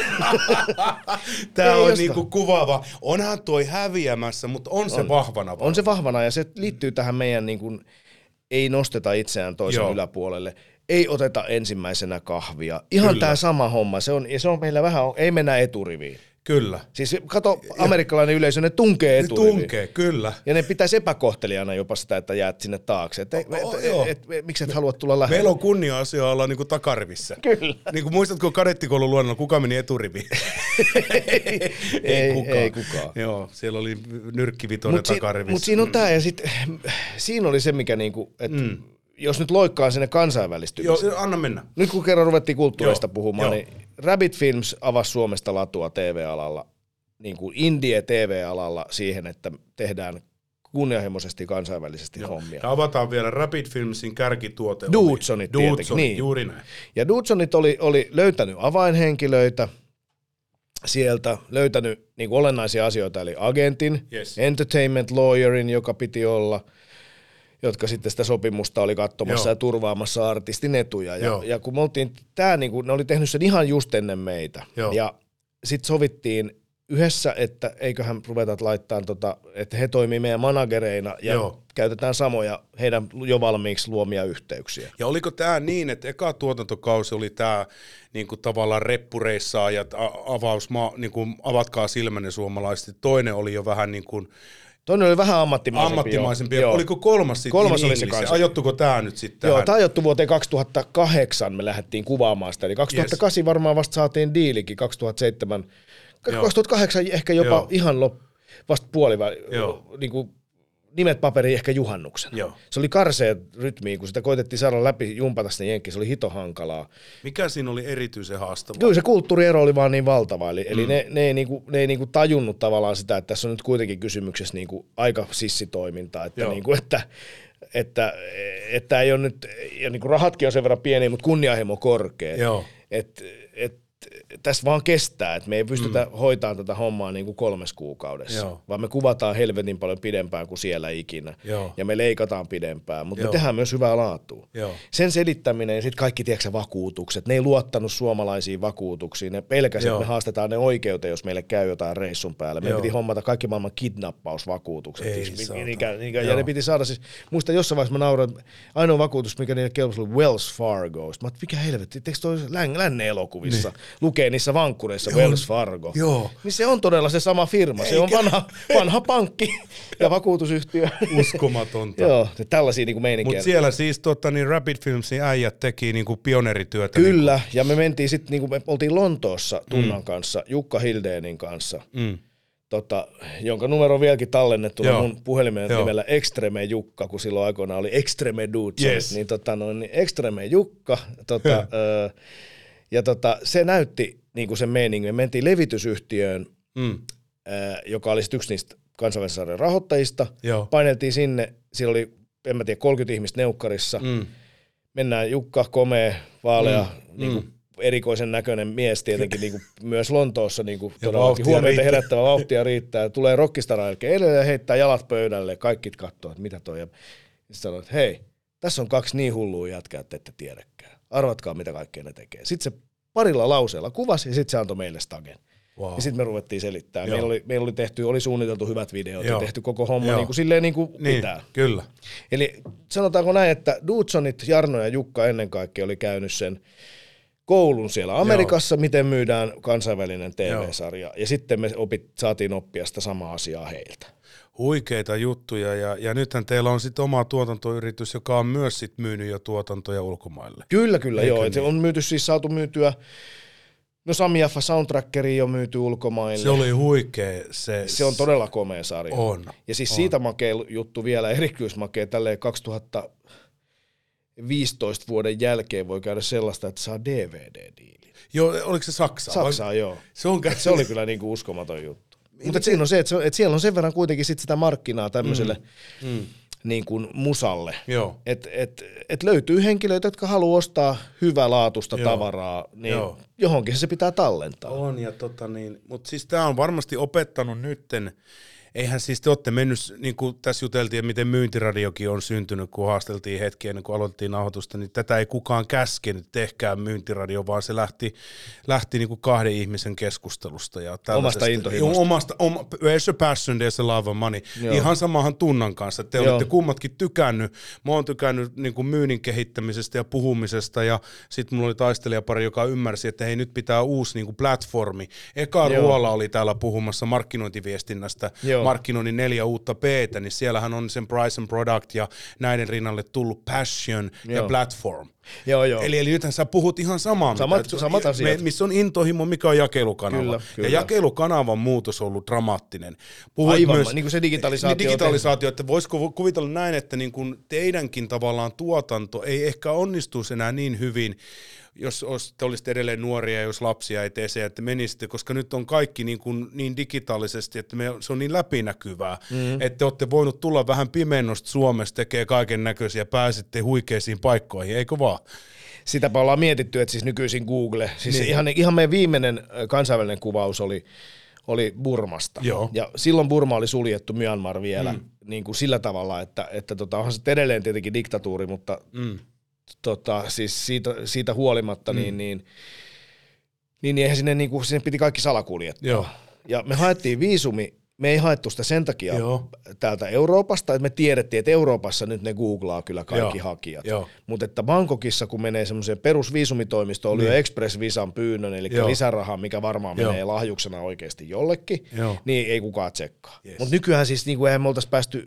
Tämä on niinku kuvaava. Onhan toi häviämässä, mutta on, on. se vahvana. Vahvana. On se vahvana ja se liittyy tähän meidän niinku ei nosteta itseään toisen Joo. yläpuolelle, ei oteta ensimmäisenä kahvia. Ihan tämä sama homma, se on, ja se on meillä vähän, ei mennä eturiviin. Kyllä. Siis kato, amerikkalainen yleisö, ne tunkee eturiviin. Ne tunkee, kyllä. Ja ne pitäisi epäkohtelijana jopa sitä, että jäät sinne taakse. Et, et, oh, et, et, et, miksi et halua tulla lähelle? Meillä on kunnia-asia olla niinku takarivissä. Kyllä. Niinku muistatko kadettikoulun luonnolla, kuka meni eturiviin? ei, ei, kukaan. ei kukaan. Joo, siellä oli nyrkkivitoinen mut takarivissä. Mutta siinä on tämä, ja sitten siinä oli se, mikä niinku, että mm. jos nyt loikkaa sinne kansainvälistymiseen. Joo, anna mennä. Nyt kun kerran ruvettiin kulttuurista Joo, puhumaan, jo. niin Rabbit Films avasi Suomesta latua T V-alalla, niin kuin indie-T V-alalla siihen, että tehdään kunnianhimoisesti kansainvälisesti Joo. hommia. Ja avataan vielä Rabbit Filmsin kärkituote. Dudesonit tietenkin. Dudesonit, niin. juuri näin. Ja Dudesonit oli, oli löytänyt avainhenkilöitä sieltä, löytänyt niin kuin olennaisia asioita, eli agentin, yes. entertainment lawyerin, joka piti olla, jotka sitten sitä sopimusta oli katsomassa Joo. ja turvaamassa artistin etuja. Ja, ja kun me oltiin, tää niinku, ne oli tehnyt sen ihan just ennen meitä. Joo. Ja sitten sovittiin yhdessä, että eiköhän ruveta laittaa, tota, että he toimii meidän managereina ja Joo. käytetään samoja heidän jo valmiiksi luomia yhteyksiä. Ja oliko tämä niin, että eka tuotantokausi oli tämä niinku tavallaan reppureissaajat, avaus, niinku, avatkaa silmänne suomalaisesti, toinen oli jo vähän niin kuin Toinen oli vähän ammattimaisempi. Ammattimaisempi. Joo. Oliko kolmas sitten kolmas niin oli se kanssa. Ajoittuko tämä nyt sitten Joo, tähän? tämä ajoittui vuoteen kaksituhattakahdeksan, me lähdettiin kuvaamaan sitä. Eli kaksituhattakahdeksan yes. varmaan vasta saatiin diilikin, kaksituhattaseitsemän, Joo. kaksituhattakahdeksan ehkä jopa Joo. ihan lop, vasta puoliväli, niin kuin nimet paperiin ehkä juhannuksen. Joo. Se oli karsea rytmiin, kun sitä koitettiin saada läpi, jumpata sitä jenkkiä, se oli hito hankalaa. Mikä siinä oli erityisen haastavaa? Kyllä se kulttuuriero oli vaan niin valtava, eli, mm. eli ne, ne ei, niinku, ne ei niinku tajunnut tavallaan sitä, että tässä on nyt kuitenkin kysymyksessä niinku aika sissitoimintaa, että, niinku, että, että, että ei ole nyt, ja niinku rahatkin on sen verran pieniä, mutta kunnianhimo korkea. Joo. Et, et, tässä vaan kestää, että me ei pystytä mm. hoitamaan tätä hommaa niin kuin kolmes kuukaudessa, Joo. vaan me kuvataan helvetin paljon pidempään kuin siellä ikinä, Joo. ja me leikataan pidempään, mutta Joo. me tehdään myös hyvää laatua. Joo. Sen selittäminen ja sitten kaikki tiedätkö, vakuutukset, ne ei luottanut suomalaisiin vakuutuksiin, ne pelkäsivät, että me haastetaan ne oikeuteen, jos meille käy jotain reissun päällä. Meidän piti hommata kaikki maailman kidnappausvakuutukset, ei, siis, mikä, mikä, ja ne piti saada siis, muista jossain vaiheessa mä nauran, ainoa vakuutus, mikä niille kelpoisi oli Wells Fargo, mä oot, mikä helvetti, eikö toi lännen elokuvissa? Niin. Lukee niissä vankkureissa Joo. Wells Fargo. Joo. Niin se on todella se sama firma. Eikä. Se on vanha, vanha pankki ja vakuutusyhtiö. Uskomatonta. Joo, tällaisia niinku meininkejä. Mutta siellä siis tota, niin Rabbit Filmsin äijät teki niinku pioneerityötä. Kyllä, niinku. Ja me mentiin sitten, niinku me oltiin Lontoossa Tunnan mm. kanssa, Jukka Hildénin kanssa, mm. tota, jonka numero on vieläkin tallennettu mun puhelimen Joo. nimellä Extreme Jukka, kun silloin aikoinaan oli Extreme Dudes. Yes. Niin, tota, no, niin Extreme Jukka, tota, ö, ja tota, se näytti niinku sen meiningin. Me mentiin levitysyhtiöön, mm. ää, joka oli yksi niistä kansainvälisen sarjan rahoittajista. Joo. Paineltiin sinne, siellä oli, en mä tiedä, kolmekymmentä ihmistä neukkarissa. Mm. Mennään Jukka, komea, vaalea, mm. niinku mm. erikoisen näköinen mies tietenkin niinku myös Lontoossa niinku todellakin huomiota herättävä, vauhtia riittää. Tulee rockistara jälkeen edelleen ja heittää jalat pöydälle. Kaikki katsoo, että mitä toi. Ja sitten sanoo, että hei, tässä on kaksi niin hullua jätkää, että ette tiedäkään. Arvatkaa, mitä kaikkea ne tekee. Sitten se parilla lauseella kuvasi ja sitten se antoi meille stagen. Wow. Ja sitten me ruvettiin selittämään. Meillä oli, meillä oli tehty, oli suunniteltu hyvät videot Joo. ja tehty koko homma Joo. niin kuin silleen niin kuin niin, pitää. Kyllä. Eli sanotaanko näin, että Dudesonit, Jarno ja Jukka ennen kaikkea oli käynyt sen koulun siellä Amerikassa, Joo. miten myydään kansainvälinen T V-sarja. Joo. Ja sitten me opit, saatiin oppia sitä samaa asiaa heiltä. Huikeita juttuja, ja, ja nythän teillä on sitten oma tuotantoyritys, joka on myös sit myynyt jo tuotantoja ulkomaille. Kyllä, kyllä, Eikö joo. Niin? Se on myyty, siis saatu myytyä, no Sami Jaffa Soundtrackeri on myyty ulkomaille. Se oli huikea. Se, se on todella komea sarja. On. Ja siis on. siitä makea juttu vielä, erityismakea, tälleen kaksituhattaviisitoista vuoden jälkeen voi käydä sellaista, että saa D V D-diili. Joo, oliko se Saksaa? Saksaa, vai? joo. Se, on se oli kyllä niinku uskomaton juttu. Mutta siinä on se, että, se, että siellä on sen verran kuitenkin sit sitä markkinaa tämmöiselle mm. Mm. Niin kuin musalle. Että et, et löytyy henkilöitä, jotka haluaa ostaa hyvälaatuista Joo. tavaraa, niin Joo. johonkin se pitää tallentaa. On, ja tota niin, mutta siis tämä on varmasti opettanut nytten. Eihän siis te olette mennyt, niin kuin tässä juteltiin, miten myyntiradiokin on syntynyt, kun haasteltiin hetki ennen kuin aloitettiin nauhoitusta, niin tätä ei kukaan käskenyt, tehkää myyntiradio, vaan se lähti, lähti niin kuin kahden ihmisen keskustelusta. Ja omasta intohimosta. Omasta, oma, there's a passion, there's a love of money. Joo. Ihan samahan Tunnan kanssa. Te Joo. olette kummatkin tykännyt. Mä oon tykännyt niin kuin myynnin kehittämisestä ja puhumisesta, ja sitten mulla oli taistelijapari, joka ymmärsi, että hei, nyt pitää uusi niin kuin platformi. Eka Joo. Ruola oli täällä puhumassa markkinointiviestinnästä. Joo. Markkinoinnin neljä uutta P:tä, niin siellähän on sen price and product ja näiden rinnalle tullut passion Joo. ja platform. Joo, joo. Eli, eli nythän sä puhut ihan samaa. Samat, mitä, samat asiat. Me, missä on intohimo, mikä on jakelukanava. Kyllä, kyllä. Ja jakelukanavan muutos on ollut dramaattinen. Puhuit Aivan, myös, niin kuin se digitalisaatio. Niin digitalisaatio, että voisiko kuvitella näin, että niin kuin teidänkin tavallaan tuotanto ei ehkä onnistuisi enää niin hyvin, jos te olisitte edelleen nuoria ja jos lapsia ei tee se, että menisitte, koska nyt on kaikki niin, kuin niin digitaalisesti, että me, se on niin läpinäkyvää, mm. että te olette voinut tulla vähän pimennosta Suomessa, tekee kaiken näköisiä ja pääsette huikeisiin paikkoihin, eikö vaan? Sitäpä ollaan mietitty, että siis nykyisin Google, siis niin. ihan, ihan meidän viimeinen kansainvälinen kuvaus oli, oli Burmasta. Joo. Ja silloin Burma oli suljettu Myanmar vielä mm. niin kuin sillä tavalla, että, että tota, onhan se edelleen tietenkin diktatuuri, mutta mm. Tota, siis siitä, siitä huolimatta, mm. niin, niin, niin, niin eihän sinne, niin kuin, sinne piti kaikki salakuljettaa. Joo. Ja me haettiin viisumi, me ei haettu sitä sen takia Joo. täältä Euroopasta, että me tiedettiin, että Euroopassa nyt ne googlaa kyllä kaikki Joo. hakijat. Mutta että Bangkokissa, kun menee semmoiseen perusviisumitoimistoon, oli niin. jo Express Visan pyynnön, eli Joo. lisärahaa, mikä varmaan Joo. menee lahjuksena oikeasti jollekin, Joo. niin ei kukaan tsekkaa. Yes. Mutta nykyään siis niin kuin eihän me oltaisi päästy.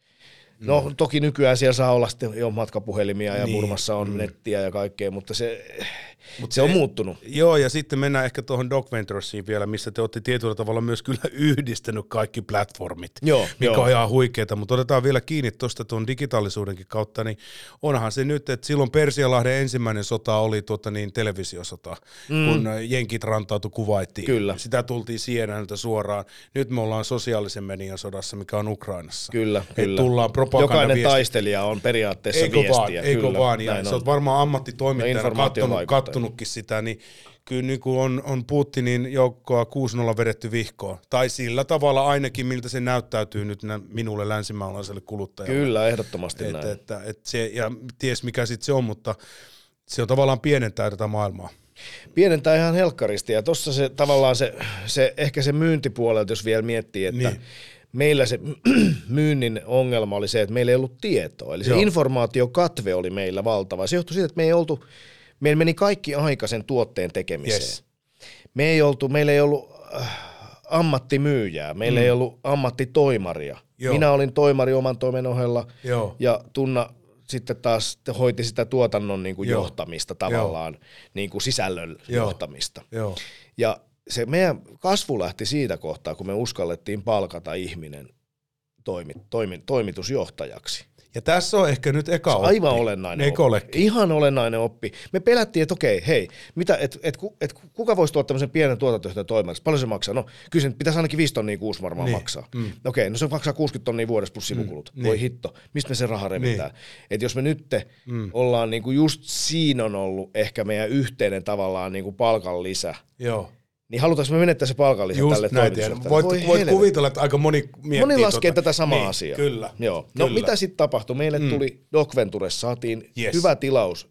No mm. toki nykyään siellä saa olla sitten jo matkapuhelimia ja niin. Burmassa on mm. nettiä ja kaikkea, mutta se, Mut se on muuttunut. Joo, ja sitten mennään ehkä tuohon Doc Venturesiin vielä, missä te olette tietyllä tavalla myös kyllä yhdistänyt kaikki platformit, joo, mikä joo. on ihan huikeeta, mutta otetaan vielä kiinni tuosta tuon digitaalisuudenkin kautta, niin onhan se nyt, että silloin Persialahden ensimmäinen sota oli tuota niin televisiosota, mm. kun jenkit rantautui Kuwaitiin. Kyllä. Sitä tultiin Sienältä suoraan. Nyt me ollaan sosiaalisen median sodassa, mikä on Ukrainassa. Kyllä, Et kyllä. Tullaan jokainen viesti. Taistelija on periaatteessa eikö viestiä. Vaan, eikö kyllä, vaan, ja sä oot varmaan ammattitoimittajana kattonut, kattonutkin sitä, niin kyllä niin kuin on, on Putinin joukkoa kuusi nolla vedetty vihkoon. Tai sillä tavalla ainakin, miltä se näyttäytyy nyt minulle länsimaalaiselle kuluttajalle. Kyllä, ehdottomasti et, näin. Et, et, et se, ja ties mikä sitten se on, mutta se on tavallaan pienentää tätä maailmaa. Pienentää ihan helkkaristi, ja tuossa se tavallaan se, se, ehkä se myyntipuolelta, jos vielä miettii, että niin. meillä se myynnin ongelma oli se, että meillä ei ollut tietoa. Eli se Joo. informaatiokatve oli meillä valtava. Se johtui siitä, että me ei oltu, meillä meni kaikki aika sen tuotteen tekemiseen. Yes. Me ei oltu, meillä ei ollut äh, ammattimyyjää, meillä mm. ei ollut ammattitoimaria. Joo. Minä olin toimari oman toimen ohella Joo. ja Tunna sitten taas hoiti sitä tuotannon niin kuin johtamista tavallaan, niin kuin sisällön Joo. johtamista. Joo. Ja se meidän kasvu lähti siitä kohtaa, kun me uskallettiin palkata ihminen toimi, toimi, toimitusjohtajaksi. Ja tässä on ehkä nyt eka oppi. Aivan olennainen Eikö oppi. Ihan olennainen oppi. Me pelättiin, että okei, hei, mitä, et, et, et, kuka voisi tuoda tämmöisen pienen tuotantoyhtiön toimeksi? Paljon se maksaa? No kyllä sen pitäisi ainakin viisi tonnia kuusi varmaan niin. maksaa. Mm. Okei, no se maksaa kuusikymmentä tonnia vuodessa plus sivukulut. Mm. Voi niin. hitto, mistä me se raha revitään? Niin. Että jos me nyt mm. ollaan niinku just siinä on ollut ehkä meidän yhteinen tavallaan niinku palkan lisä. Joo. Niin halutaanko me menettää se palkallisen tälle toimitusjohtajalle? Voit, voit kuvitella, että aika moni miettii. Moni laskee tuota. tätä samaa niin, asiaa. Kyllä. Joo. No kyllä. mitä sitten tapahtui? Meille mm. tuli Doc Ventures, saatiin yes. hyvä tilaus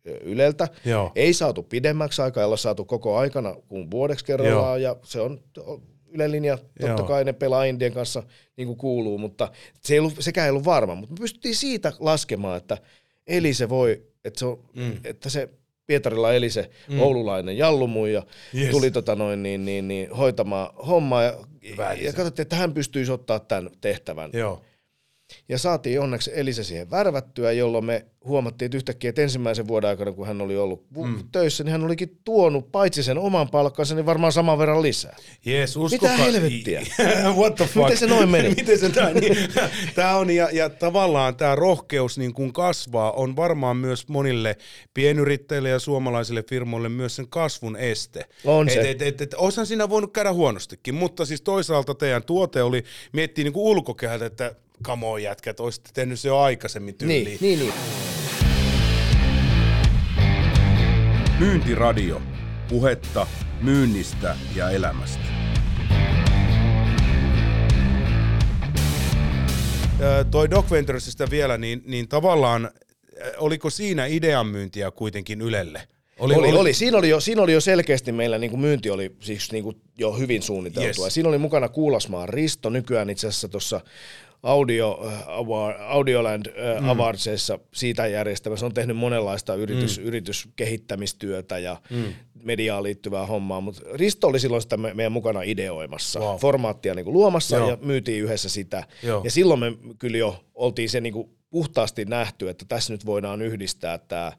Yleltä. Joo. Ei saatu pidemmäksi aikaa, ei olla saatu koko aikana kuin vuodeksi kerrallaan, ja se on Ylen linja, totta Joo. kai ne pelaa Indien kanssa niin kuin kuuluu, mutta se ei ollut, sekään ei ollut varma, mutta me pystyttiin siitä laskemaan, että Elise voi, että se, on, mm. että se Pietarilla eli se mm. oululainen Jallumuija yes. tuli tota noin, niin, niin, niin, hoitamaan hommaa ja, ja katsottiin, että hän pystyisi ottaa tämän tehtävän. Joo. Ja saatiin onneksi Elise siihen värvättyä, jolloin me huomattiin että yhtäkkiä, että ensimmäisen vuoden aikana, kun hän oli ollut mm. töissä, niin hän olikin tuonut paitsi sen oman palkkansa, niin varmaan saman verran lisää. Jees, uskokaa. Mitä helvettiä? What the fuck? Miten se noin meni? Miten se näin? Niin, tämä on, ja, ja tavallaan tämä rohkeus niin kun kasvaa, on varmaan myös monille pienyrittäjille ja suomalaisille firmoille myös sen kasvun este. On se. Et, et, et, et, osan siinä voinut käydä huonostikin, mutta siis toisaalta teidän tuote oli, miettii niin kuin ulkokehältä, että come on jätkät, olisitte tehnyt se jo aikaisemmin tyyliin. Niin, niin, niin. Myyntiradio. Puhetta myynnistä ja elämästä. Öö, toi Doc Venturesista vielä, niin, niin tavallaan, oliko siinä idean myyntiä kuitenkin Ylelle? Oli, oli, oli. Siinä, oli jo, siinä oli jo selkeästi meillä niin kuin myynti oli siis niin kuin jo hyvin suunniteltua. Yes. Siinä oli mukana Kuulasmaan Risto, nykyään itse asiassa tuossa Audio, Award, Audioland mm. Awardsissa siitä järjestämässä on tehnyt monenlaista yritys, mm. yrityskehittämistyötä ja mm. mediaan liittyvää hommaa, mutta Risto oli silloin sitä meidän mukana ideoimassa, wow. formaattia niin kuin luomassa Joo. ja myytiin yhdessä sitä. Joo. Ja silloin me kyllä jo oltiin se niin kuin puhtaasti nähty, että tässä nyt voidaan yhdistää tämä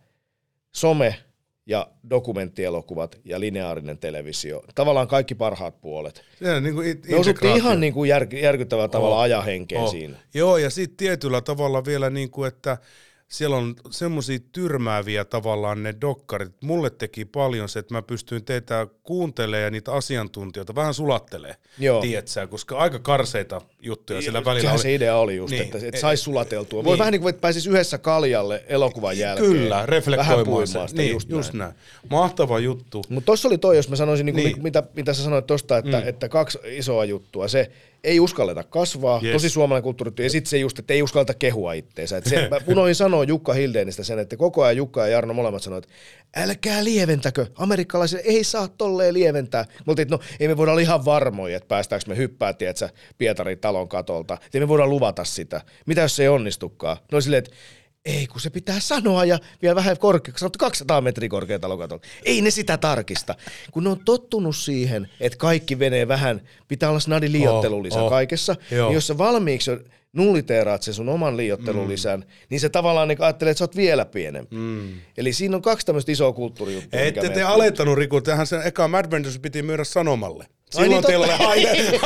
some ja dokumenttielokuvat ja lineaarinen televisio. Tavallaan kaikki parhaat puolet. Ja, niin kuin me osuttiin ihan niin kuin jär, järkyttävällä tavalla oh. ajahenkeen oh. siinä. Joo, ja sitten tietyllä tavalla vielä, niin kuin, että siellä on semmoisia tyrmääviä tavallaan ne dokkarit. Mulle teki paljon se, että mä pystyin teitä kuuntelemaan ja niitä asiantuntijoita vähän sulattelee, tietsä, koska aika karseita juttuja siellä välillä Sehän oli. se idea oli just, niin. että, että saisi sulateltua. Voi niin. vähän niin kuin, että pääsisi yhdessä kaljalle elokuvan jälkeen. Kyllä, reflektoimaan sitä. Niin, just, just näin. näin. Mahtava juttu. Mutta tossa oli toi, jos mä sanoisin, niin kuin, niin. mitä, mitä sä sanoit tosta, että, mm. että kaksi isoa juttua. Se, ei uskalleta kasvaa, yes. tosi suomalainen kulttuuri, ja sitten se just, että ei uskalleta kehua itteensä. Et se, mä unohdin sanoa Jukka Hildeenistä sen, että koko ajan Jukka ja Jarno molemmat sanoivat, että älkää lieventäkö, amerikkalaisille ei saa tolleen lieventää. Me oltiin, että no ei me voida olla ihan varmoja, että päästäänkö me hyppää, tiedätkö, Pietarin talon katolta, että me voida luvata sitä. Mitä jos se ei onnistukaan? No silleen, että ei, kun se pitää sanoa ja vielä vähän korkea, sanottu kaksisataa metriä korkea talokatolta. Ei ne sitä tarkista. Kun ne on tottunut siihen, että kaikki menee vähän, pitää olla snadi liioittelulisä oh, oh, kaikessa, niin jos sä valmiiksi nulliteeraat sen sun oman liioittelulisän, mm. niin se tavallaan niin ajattelee, että sä oot vielä pienempi. Mm. Eli siinä on kaksi tämmöistä isoa kulttuurijuttua. Ette te alettanut, Riku, tähän sen eka Mad Ventures piti myydä Sanomalle. Silloin teillä oli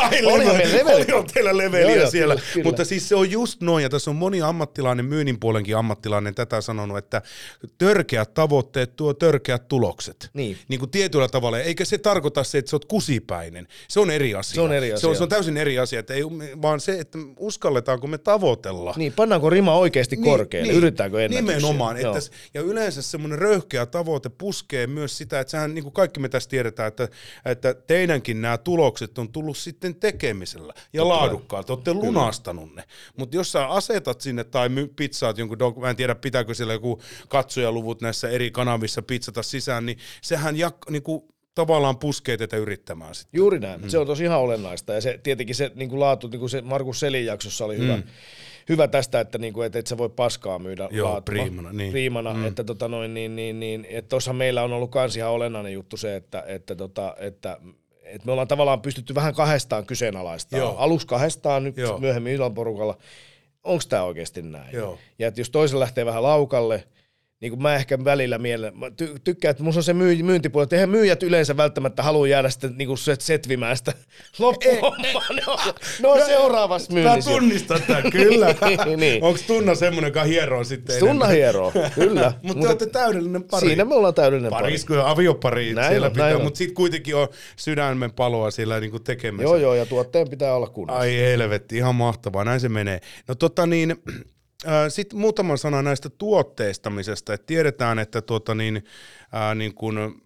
teillä leveliä joo, siellä, kyllä, kyllä. Mutta siis se on just noin, ja tässä on moni ammattilainen, myynnin puolenkin ammattilainen tätä sanonut, että törkeät tavoitteet tuo törkeät tulokset. Niin. Niin kuin tietyllä tavalla, eikä se tarkoita se, että sä oot kusipäinen. Se on eri asia. Se on eri asia. Se on, se on täysin eri asia, että ei, vaan se, että uskalletaanko me tavoitella. Niin, pannaanko rima oikeasti niin, korkealle, niin, yritetäänkö ennätyksiä. Nimenomaan, että, ja yleensä semmoinen röyhkeä tavoite puskee myös sitä, että sehän, niin kuin kaikki me tässä tiedetään, että, että teidänkin nämä tulokset on tullut sitten tekemisellä ja laadukkaat, olette lunastanut ne. Mutta jos sä asetat sinne tai pizzaat jonkun, mä en tiedä pitääkö siellä joku katsojaluvut näissä eri kanavissa pizzata sisään, niin sehän jak, niinku, tavallaan puskee tätä yrittämään sitten. Juuri näin, mm. se on tosi ihan olennaista ja se tietenkin se niin kuin laatu, niin kuin se Markus Selin jaksossa oli hyvä, mm. hyvä tästä, että niinku, et, et sä voi paskaa myydä Joo, priimana, niin. priimana mm. että tota noin, niin, niin, niin, että tuossa meillä on ollut kans ihan olennainen juttu se, että, että, tota, että et me ollaan tavallaan pystytty vähän kahdestaan kyseenalaistamaan. Aluksi kahdestaan, nyt Joo. myöhemmin yhdellä porukalla. Onko tämä oikeasti näin? Joo. Ja että jos toisen lähtee vähän laukalle, niin kuin mä ehkä välillä mielen, mä ty- tykkään, että musta on se myy- myyntipuoli, että eihän myyjät yleensä välttämättä halua jäädä sitten niin kuin setvimään sitä loppuhommaa. Ne on, ne on seuraavassa myynnissä. Mä tunnistan tämän, kyllä. niin, niin. Onko Tunna semmoinen, joka hieroo sitten Tunna enemmän? hieroo, kyllä. Mutta te olette täydellinen pari. Siinä me ollaan täydellinen pari. Parisku ja aviopari näin siellä on, pitää, mutta sitten kuitenkin on sydämen paloa siellä niin kuin tekemässä. Joo, joo, ja tuotteen pitää olla kunnossa. Ai helvetti, ihan mahtavaa, näin se menee. No tota niin... Sitten muutama sana näistä tuotteistamisesta, että tiedetään, että tuota niin, ää, niin kun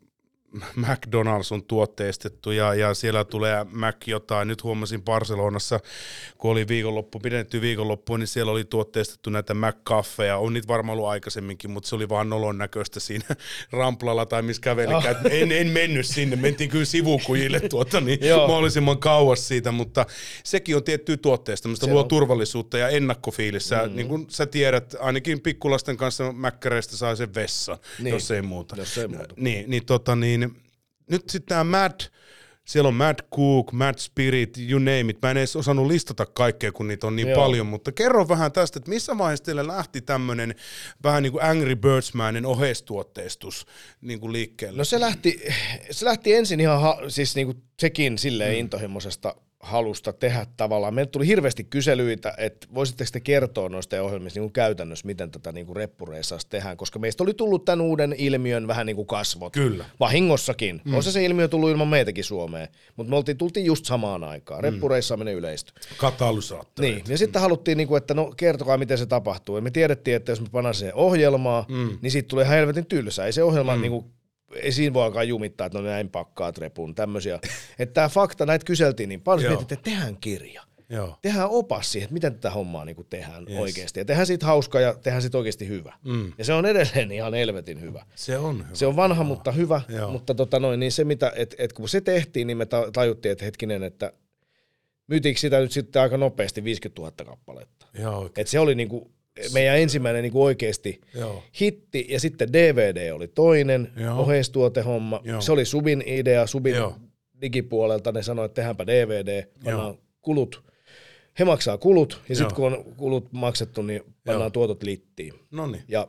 McDonald's on tuotteistettu ja, ja siellä tulee Mac jotain. Nyt huomasin Barcelonassa, kun oli viikonloppu, pidetty viikonloppu, niin siellä oli tuotteistettu näitä McCaffeja. On niitä varmaan ollut aikaisemminkin, mutta se oli vaan nolon näköistä siinä ramplalla tai missä kävelikään. Oh. En, en mennyt sinne, mentiin kyllä sivukujille tuota, niin mahdollisimman kauas siitä, mutta sekin on tiettyä tuotteistamista, luo on turvallisuutta ja ennakkofiilissä. Mm-hmm. Niin kuin sä tiedät, ainakin pikkulasten kanssa mäkkäreistä saa sen vessan, niin. jos ei muuta. Jos ei muuta. Niin, niin, tota, niin nyt sitten tämä Mad, siellä on Mad Cook, Mad Spirit, you name it. Mä en edes osannut listata kaikkea, kun niitä on niin Joo. paljon, mutta kerro vähän tästä, että missä vaiheessa teille lähti tämmöinen vähän niin kuin Angry Birds-mäinen oheistuotteistus niin kuin liikkeelle? No se lähti, se lähti ensin ihan, ha, siis niin kuin sekin silleen mm. intohimoisesta halusta tehdä tavallaan. Meille tuli hirveästi kyselyitä, että voisitteko te kertoa noista ohjelmista niin kuin käytännössä, miten tätä niin kuin reppureissassa tehdään, koska meistä oli tullut tämän uuden ilmiön vähän niin kuin kasvot. Kyllä. Vahingossakin. Mm. Osa se ilmiö tullut ilman meitäkin Suomeen, mutta me oltiin, tultiin just samaan aikaan. Reppureissaaminen mm. yleistyi. Katalysaattoreita. Niin, ja sitten haluttiin, niin kuin, että no kertokaa, miten se tapahtuu. Ja me tiedettiin, että jos me pannaan se ohjelmaa, mm. niin siitä tulee ihan helvetin tylsää. Ei se ohjelma mm. niin kuin ei siinä voi alkaa jumittaa, että no näin pakkaat repun, tämmöisiä. Että tämä fakta, näitä kyseltiin niin paljon, että mietit, että tehdään kirja. Joo. Tehdään opas siihen, että miten tätä hommaa niin kuin tehdään yes. oikeasti. Ja tehdään siitä hauskaa ja tehdään siitä oikeasti hyvä. Mm. Ja se on edelleen ihan helvetin hyvä. Se on hyvä. Se on vanha, oh. mutta hyvä. Joo. Mutta tota noin, niin se mitä, että et kun se tehtiin, niin me tajuttiin, että hetkinen, että myytiinkö sitä nyt sitten aika nopeasti viisikymmentätuhatta kappaletta. Että se oli niinku meidän ensimmäinen niin kuin oikeasti Joo. hitti, ja sitten D V D oli toinen Joo. oheistuotehomma. Joo. Se oli Subin idea, Subin Joo. digipuolelta. Ne sanoi, että tehdäänpä D V D, pannaan Joo. kulut. He maksaa kulut, ja sitten kun on kulut maksettu, niin pannaan Joo. tuotot littiin. Noniin. Ja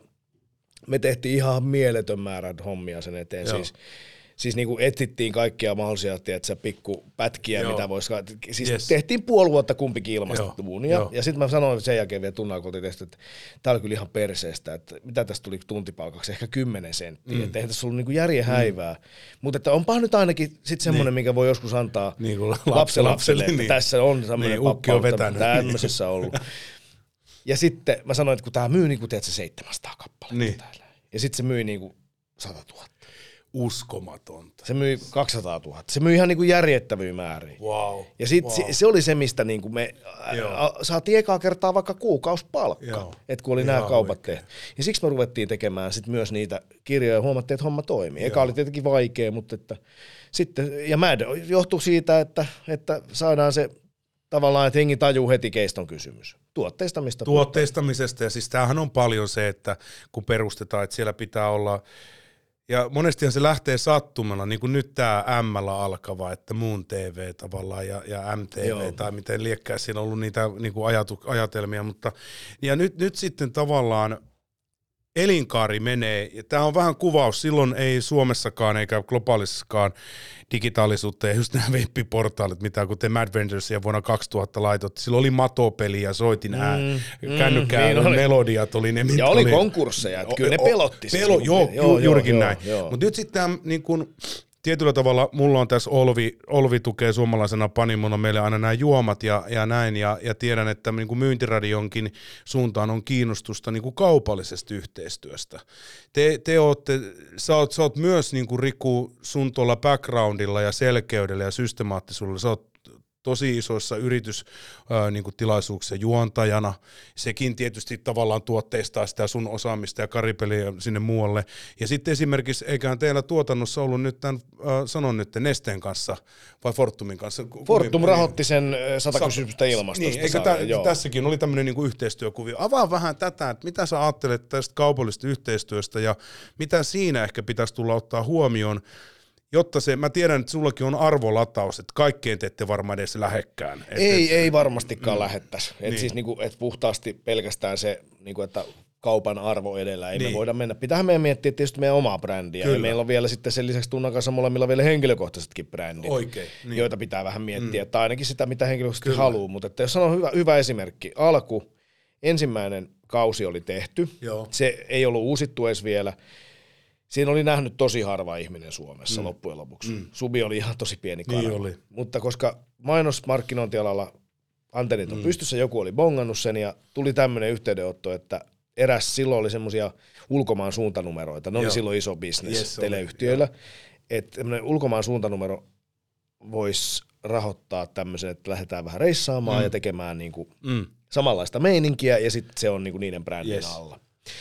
me tehtiin ihan mieletön määrä hommia sen eteen. Joo. Siis Siis niinku etsittiin kaikkia mahdollisia, tiedätkö, pikkupätkiä, Joo. mitä voisi. Siis yes. tehtiin puoli vuotta kumpikin ilmastoduunia. Ja, ja sitten mä sanoin sen jälkeen vielä tunnakoltiin tehty, että tää oli kyllä ihan perseestä, että mitä tästä tuli tuntipalkaksi, ehkä kymmenen senttiä. Mm. Että eihän tässä ollut niinku järjen häivää. Mm. Mutta onpahan nyt ainakin sit semmoinen, niin. mikä voi joskus antaa niin lapsenlapselle, että niin. tässä on semmoinen niin, pappa, tämmöisessä ollut. Ja sitten mä sanoin, että kun tää myy niinku, tiedätkö, seitsemänsataa kappaletta niin. täällä. Ja sitten se myi niinku sata tuhatta. Uskomatonta. Se myi kaksisataatuhatta. Se myi ihan niinku järjettäviä määriä. Wow. Ja sit wow. se, se oli se, mistä niinku me a, saatiin ekaa kertaa vaikka kuukausipalkka, että kun oli nämä kaupat tehty. Ja siksi me ruvettiin tekemään sit myös niitä kirjoja ja huomattiin, että homma toimii. Eka oli tietenkin vaikea, mutta että sitten, ja Mad johtui siitä, että, että saadaan se tavallaan, että hengi tajuu heti, keistä on kysymys. Tuotteistamista. Tuotteistamisesta, ja siis tämähän on paljon se, että kun perustetaan, että siellä pitää olla. Ja monestihan se lähtee sattumalla, niin kuin nyt tämä M-llä alkava, että Moon T V tavallaan ja, ja M T V, Joo. tai miten liekkää siinä on ollut niitä niin kuin ajatu, ajatelmia, mutta ja nyt, nyt sitten tavallaan elinkaari menee, ja tämä on vähän kuvaus, silloin ei Suomessakaan eikä globaalissakaan digitaalisuutta ja just nämä web-portaalit, mitä kun te Mad Venturesia vuonna kaksituhatta laitoitte, silloin oli matopeli ja soitin mm, ää, mm, kännykkää, niin melodiat oli ne. Ja oli, oli konkursseja, että kyllä ne pelotti. Pelo, siis, joo, joo, juurikin joo, näin. Mutta nyt sitten niin kun, tietyllä tavalla mulla on tässä Olvi, Olvi tukee suomalaisena panimona meille aina nämä juomat ja, ja näin, ja, ja tiedän, että niin kuin myyntiradionkin suuntaan on kiinnostusta niin kuin kaupallisesta yhteistyöstä. Te, te ootte, sä, oot, sä oot myös niin kuin Riku sun tuolla backgroundilla ja selkeydellä ja systemaattisuudella, sä oot tosi isoissa yritystilaisuuksissa niin juontajana. Sekin tietysti tavallaan tuotteistaa sitä sun osaamista ja karipeliä sinne muualle. Ja sitten esimerkiksi, eiköhän teillä tuotannossa ollut nyt tämän, äh, sanon nyt, Nesteen kanssa vai Fortumin kanssa? Fortum rahoitti sen sata kysymystä ilmastosta. Niin, eikö tä, tässäkin oli tämmöinen niinku yhteistyökuvio. Avaa vähän tätä, että mitä sä ajattelet tästä kaupallisesta yhteistyöstä ja mitä siinä ehkä pitäisi tulla ottaa huomioon, jotta se, mä tiedän, että sullakin on arvolataus, että kaikkeen te ette varmaan edes lähekkään. Ei, et, ei varmastikaan mm, lähettäisi. Niin. Että siis niinku, et puhtaasti pelkästään se, niinku, että kaupan arvo edellä ei niin. me voida mennä. Pitäähän meidän miettiä tietysti meidän omaa brändiä. Kyllä. Ja meillä on vielä sitten sen lisäksi Tunnan kanssa molemmilla vielä henkilökohtaisetkin brändit, Oikein, niin. joita pitää vähän miettiä. Mm. Tai ainakin sitä, mitä henkilökohtaisesti haluaa. Mutta että jos sanoo hyvä, hyvä esimerkki. Alku, ensimmäinen kausi oli tehty. Joo. Se ei ollut uusittu edes vielä. Siinä oli nähnyt tosi harva ihminen Suomessa mm. loppujen lopuksi. Mm. Subi oli ihan tosi pieni kanava. Niin oli. Mutta koska mainosmarkkinointialalla antennit on mm. pystyssä, joku oli bongannut sen ja tuli tämmöinen yhteydenotto, että eräs silloin oli semmoisia ulkomaan suuntanumeroita. Ne Joo. oli silloin iso bisnes yes, teleyhtiöillä. että ulkomaan suuntanumero voisi rahoittaa tämmöisen, että lähdetään vähän reissaamaan mm. ja tekemään niinku mm. samanlaista meininkiä, ja sitten se on niinku niiden brändin yes. alla.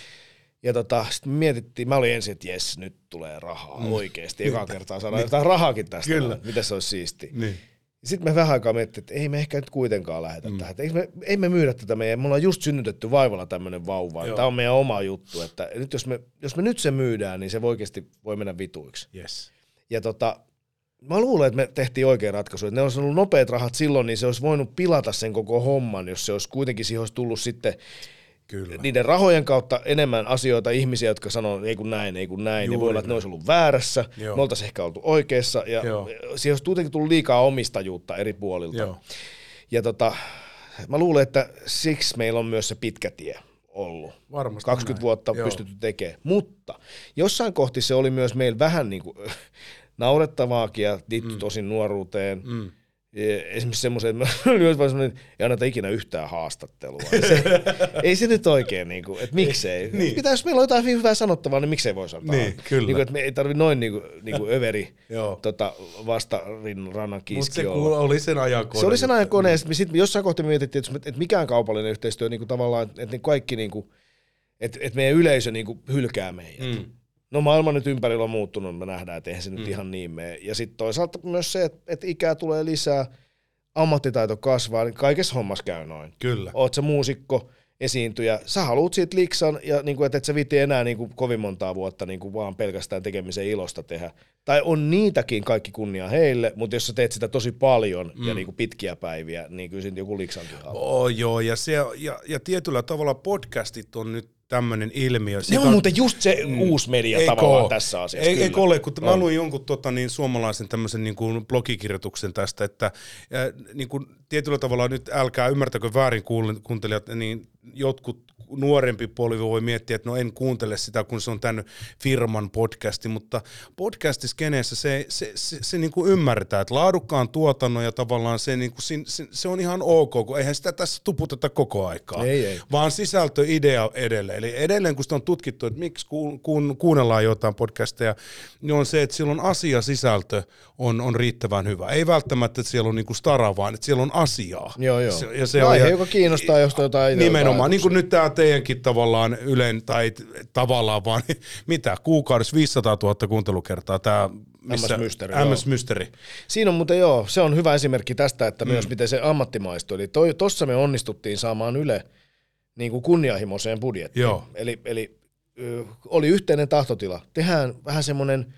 Ja tota, sitten me mietittiin, mä olin ensin, että jes, nyt tulee rahaa mm. oikeasti. Eka kertaa saadaan jotain rahaakin tästä. Kyllä. Mitä se olisi siistiä. Niin. Sitten me vähän aikaa mietittiin, että ei me ehkä nyt kuitenkaan lähdetä mm. tähän. Ei me, ei me myydä tätä meidän, me ollaan just synnytetty vaivalla tämmöinen vauva. Tämä on meidän oma juttu, että nyt jos me, jos me nyt se myydään, niin se oikeasti voi mennä vituiksi. Yes. Ja tota, mä luulen, että me tehtiin oikea ratkaisu. Että ne olisi ollut nopeat rahat silloin, niin se olisi voinut pilata sen koko homman, jos se olisi kuitenkin siihen olisi tullut sitten Kyllä. niiden rahojen kautta enemmän asioita, ihmisiä, jotka sanoo, ei kun näin, ei kun näin. Juuri ne voi olla, että ne olisi ollut väärässä, Joo. me oltaisiin ehkä oltu oikeassa, ja Joo. siihen olisi kuitenkin tullut liikaa omistajuutta eri puolilta. Joo. Ja tota, mä luulen, että siksi meillä on myös se pitkä tie ollut. Varmasti kaksikymmentä näin. Vuotta on Joo. pystytty tekemään. Mutta jossain kohti se oli myös meillä vähän niin kuin naurettavaakin ja liittyy mm. tosin nuoruuteen. Mm. Esimerkiksi semmoisen, että ei anneta ikinä yhtään haastattelua. Se, ei se nyt oikein, niin kuin, että miksei. Niin. Pitää, jos meillä on jotain hyvää sanottavaa, niin miksei voi sanoa. Niin, kyllä. Niin kuin, että me ei tarvitse noin niin kuin, niin kuin överi tota, vastarannan kiski olla. Mutta se oli sen ajan kone. Se oli sen ajan kone, ja sitten jossain kohtaa me mietittiin, että, että mikään kaupallinen yhteistyö niin kuin tavallaan, että kaikki, niin kuin, että, että meidän yleisö niin kuin hylkää meidät. Mm. No maailma nyt ympärillä on muuttunut, me nähdään, että eihän se mm. nyt ihan niin mene. Ja sitten toisaalta myös se, että, että ikää tulee lisää, ammattitaito kasvaa, niin kaikessa hommassa käy noin. Kyllä. Oot sä muusikko, esiintyjä, sä haluut siitä liksan, ja niin kuin, että et sä viitti enää niin kuin kovin montaa vuotta niin kuin vaan pelkästään tekemisen ilosta tehdä. Tai on niitäkin kaikki kunnia heille, mutta jos sä teet sitä tosi paljon mm. ja niin kuin pitkiä päiviä, niin kyllä siitä joku liksankin haluaa. Oh, joo, ja, se, ja, ja tietyllä tavalla podcastit on nyt tämmöinen ilmiö. Ne on, on muuten just se mm, uusi media tavallaan ole. Tässä asiassa. Ei, eikö ole, kun on. Mä luin jonkun tota, niin, suomalaisen tämmöisen niin kuin blogikirjoituksen tästä, että ja, niin kuin, tietyllä tavalla nyt älkää ymmärtäkö väärin kuuntelijat, niin jotkut nuorempi polvi voi miettiä, että no en kuuntele sitä, kun se on tämän firman podcasti, mutta podcastiskeneessä se, se, se, se niin kuin ymmärretään, että laadukkaan tuotannon ja tavallaan se, niin kuin, se, se on ihan ok, kun eihän sitä tässä tuputeta koko aikaa, ei, ei. vaan sisältöidea edelleen. Eli edelleen, kun sitä on tutkittu, että miksi ku, kun kuunnellaan jotain podcasteja, niin on se, että silloin asiasisältö on, on riittävän hyvä. Ei välttämättä, että siellä on niin kuin stara, vaan että siellä on asiaa. Joo, joo. Se, ja se no, on, ja, joka kiinnostaa, jos jotain... Nimenomaan, niin kuin nyt tämä teidänkin tavallaan Ylen, tai tavallaan vaan, mitä, kuukaudessa viisisataatuhatta kuuntelukertaa, tämä missä, M S Mystery. M S Mystery. Siinä on muuten joo, se on hyvä esimerkki tästä, että mm. myös miten se ammattimaistui. Eli tuossa me onnistuttiin saamaan Yle niin kuin kunnianhimoiseen budjettiin. Joo. Eli, eli ö, oli yhteinen tahtotila. Tehdään vähän semmoinen...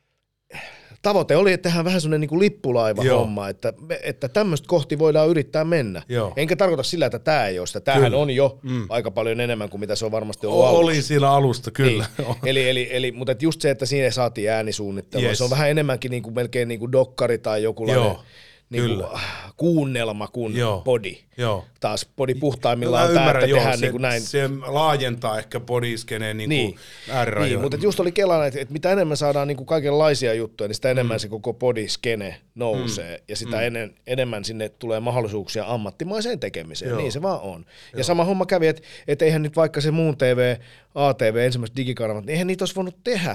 Tavoite oli, että tehdään vähän semmoinen niin kuin lippulaiva-homma, että, että tämmöistä kohti voidaan yrittää mennä. Joo. Enkä tarkoita sillä, että tämä ei ole sitä. Tämähän on jo mm. aika paljon enemmän kuin mitä se on varmasti ollut alusta. Oli siinä alusta, kyllä. Niin. eli, eli, eli, mutta just se, että siinä saatiin äänisuunnittelua. Yes. Se on vähän enemmänkin niin kuin, melkein niin kuin dokkari tai joku niin kuin kuunnelma kuin Joo. podi. Joo. Taas podi puhtaimmillaan no, tämä, että joo, tehdään se, niin kuin näin. Se laajentaa ehkä podiskeneen niin niin. äärirajoja. Niin, mutta just oli kelana, että, että mitä enemmän saadaan niin kuin kaikenlaisia juttuja, niin sitä enemmän mm. se koko podiskene nousee mm. ja sitä mm. ennen, enemmän sinne tulee mahdollisuuksia ammattimaiseen tekemiseen. Joo. Niin se vaan on. Joo. Ja sama homma kävi, että, että eihän nyt vaikka se muun T V, A T V, ensimmäiset digikanavat, niin eihän niitä olisi voinut tehdä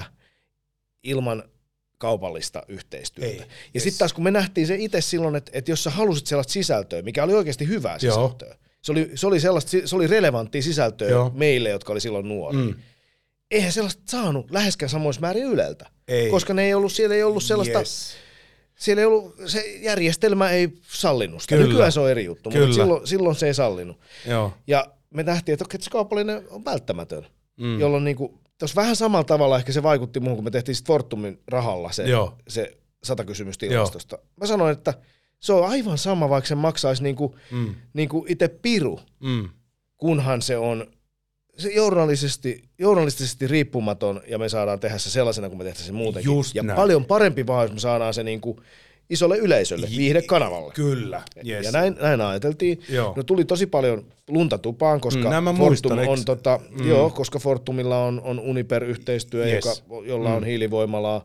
ilman kaupallista yhteistyötä. Ei, ja sitten taas kun me nähtiin se itse silloin, että, että jos sä halusit sellaista sisältöä, mikä oli oikeasti hyvää sisältöä, se oli, se oli, sellaista, se oli relevanttia sisältöä Joo. meille, jotka oli silloin nuoria. Mm. Eihän sellaista saanut läheskään samoissa määrin Yleltä, ei. Koska ne ei ollut, siellä ei ollut sellaista, yes. siellä ei ollut, se järjestelmä ei sallinut sitä. Kyllä. Nykyään se on eri juttu, Kyllä. mutta silloin, silloin se ei sallinut. Joo. Ja me nähtiin, että, että se kaupallinen on välttämätön, mm. jolloin niinku tuossa vähän samalla tavalla ehkä se vaikutti muuhun, kun me tehtiin sitten Fortumin rahalla se, se sata kysymystä ilmastosta. Joo. Mä sanoin, että se on aivan sama, vaikka se maksaisi niinku, mm. niinku itse piru, mm. kunhan se on se journalistisesti, journalistisesti riippumaton ja me saadaan tehdä se sellaisena, kun me tehtäisiin se muutenkin. Just ja näin. Paljon parempi vaan, jos me saadaan se niinku isolle yleisölle, viihdekanavalle. Kyllä. Yes. Ja näin, näin ajateltiin. Joo. No tuli tosi paljon lunta tupaan, koska mm, Fortum on tota, mm. joo, koska Fortumilla on, on Uniper-yhteistyö, yes. joka, jolla mm. on hiilivoimalaa.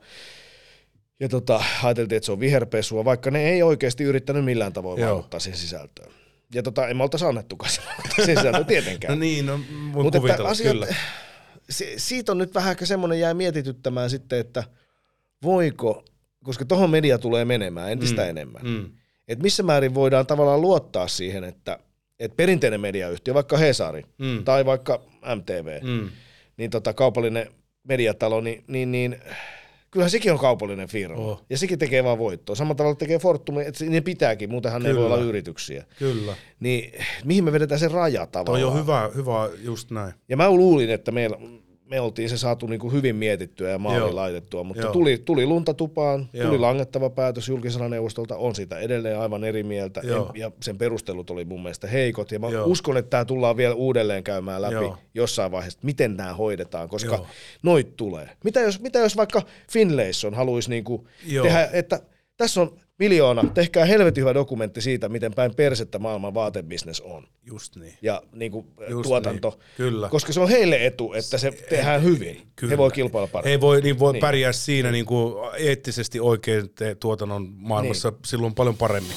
Ja tota, ajateltiin, että se on viherpesua, vaikka ne ei oikeasti yrittänyt millään tavoin joo. vaikuttaa siihen sisältöön. Ja tota, en me oltaisi annettukaan siihen sisältöön tietenkään. No niin, no voin kuvitella, asiat, kyllä. Se, siitä on nyt vähän semmoinen jää mietityttämään sitten, että voiko, koska tohon media tulee menemään entistä mm. enemmän, Mm. että missä määrin voidaan tavallaan luottaa siihen, että, että perinteinen mediayhtiö, vaikka Hesari Mm. tai vaikka M T V, Mm. niin tota, kaupallinen mediatalo, niin, niin, niin kyllähän sekin on kaupallinen firma. Oh. Ja sekin tekee vaan voittoa. Samalla tavalla tekee Fortum, että ne pitääkin, muutenhan Kyllä. ne voi olla yrityksiä. Kyllä. Niin mihin me vedetään se raja tavallaan? Toi on hyvä, hyvä just näin. Ja mä luulin, että meillä, me oltiin se saatu niin kuin hyvin mietittyä ja maaliin Joo. laitettua, mutta Joo. tuli, tuli lunta tupaan, Joo. tuli langettava päätös julkisella neuvostolta, on siitä edelleen aivan eri mieltä, Joo. en, ja sen perustelut oli mun mielestä heikot, ja mä Joo. uskon, että tämä tullaan vielä uudelleen käymään läpi Joo. jossain vaiheessa, että miten nämä hoidetaan, koska Joo. noit tulee. Mitä jos, mitä jos vaikka Finlayson haluaisi niinku Joo. tehdä, että tässä on miljoona, tehkää helvetin hyvä dokumentti siitä, miten päin persettä maailman vaatebisnes on. Just niin. Ja niinku Just tuotanto, niin. Kyllä. koska se on heille etu, että se tehdään hyvin. Kyllä. He voi kilpailla paremmin. He voi, niin voi Niin. pärjää siinä niin kuin eettisesti oikein te- tuotannon maailmassa niin. silloin paljon paremmin.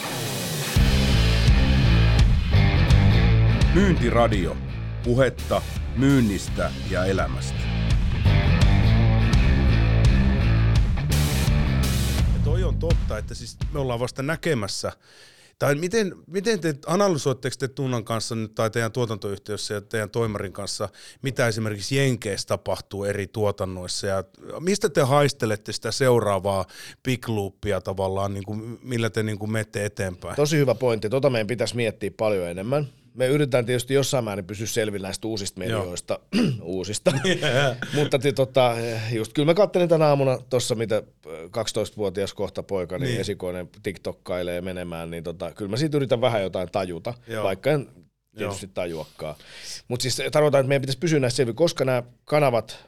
Myyntiradio. Puhetta myynnistä ja elämästä. Ja toi on totta, että siis me ollaan vasta näkemässä. Tai miten, miten te analysoitteko te Tunnan kanssa nyt, tai teidän tuotantoyhtiössä ja teidän toimarin kanssa, mitä esimerkiksi Jenkeissä tapahtuu eri tuotannoissa, ja mistä te haistelette sitä seuraavaa big loopia tavallaan, niin kuin, millä te niin kuin menette eteenpäin? Tosi hyvä pointti. Tota meidän pitäisi miettiä paljon enemmän. Me yritetään tietysti jossain määrin pysyä selvillä näistä uusista medioista, uusista, mutta te, tota, just kyllä mä katselin tänä aamuna tuossa, mitä kaksitoistavuotias kohta poika, niin, Niin. esikoinen TikTokkailee menemään, niin tota, kyllä mä siitä yritän vähän jotain tajuta, Joo. vaikka en tietysti tajuakaan. Mutta siis tarkoitan, että meidän pitäisi pysyä näissä selvillä, koska nämä kanavat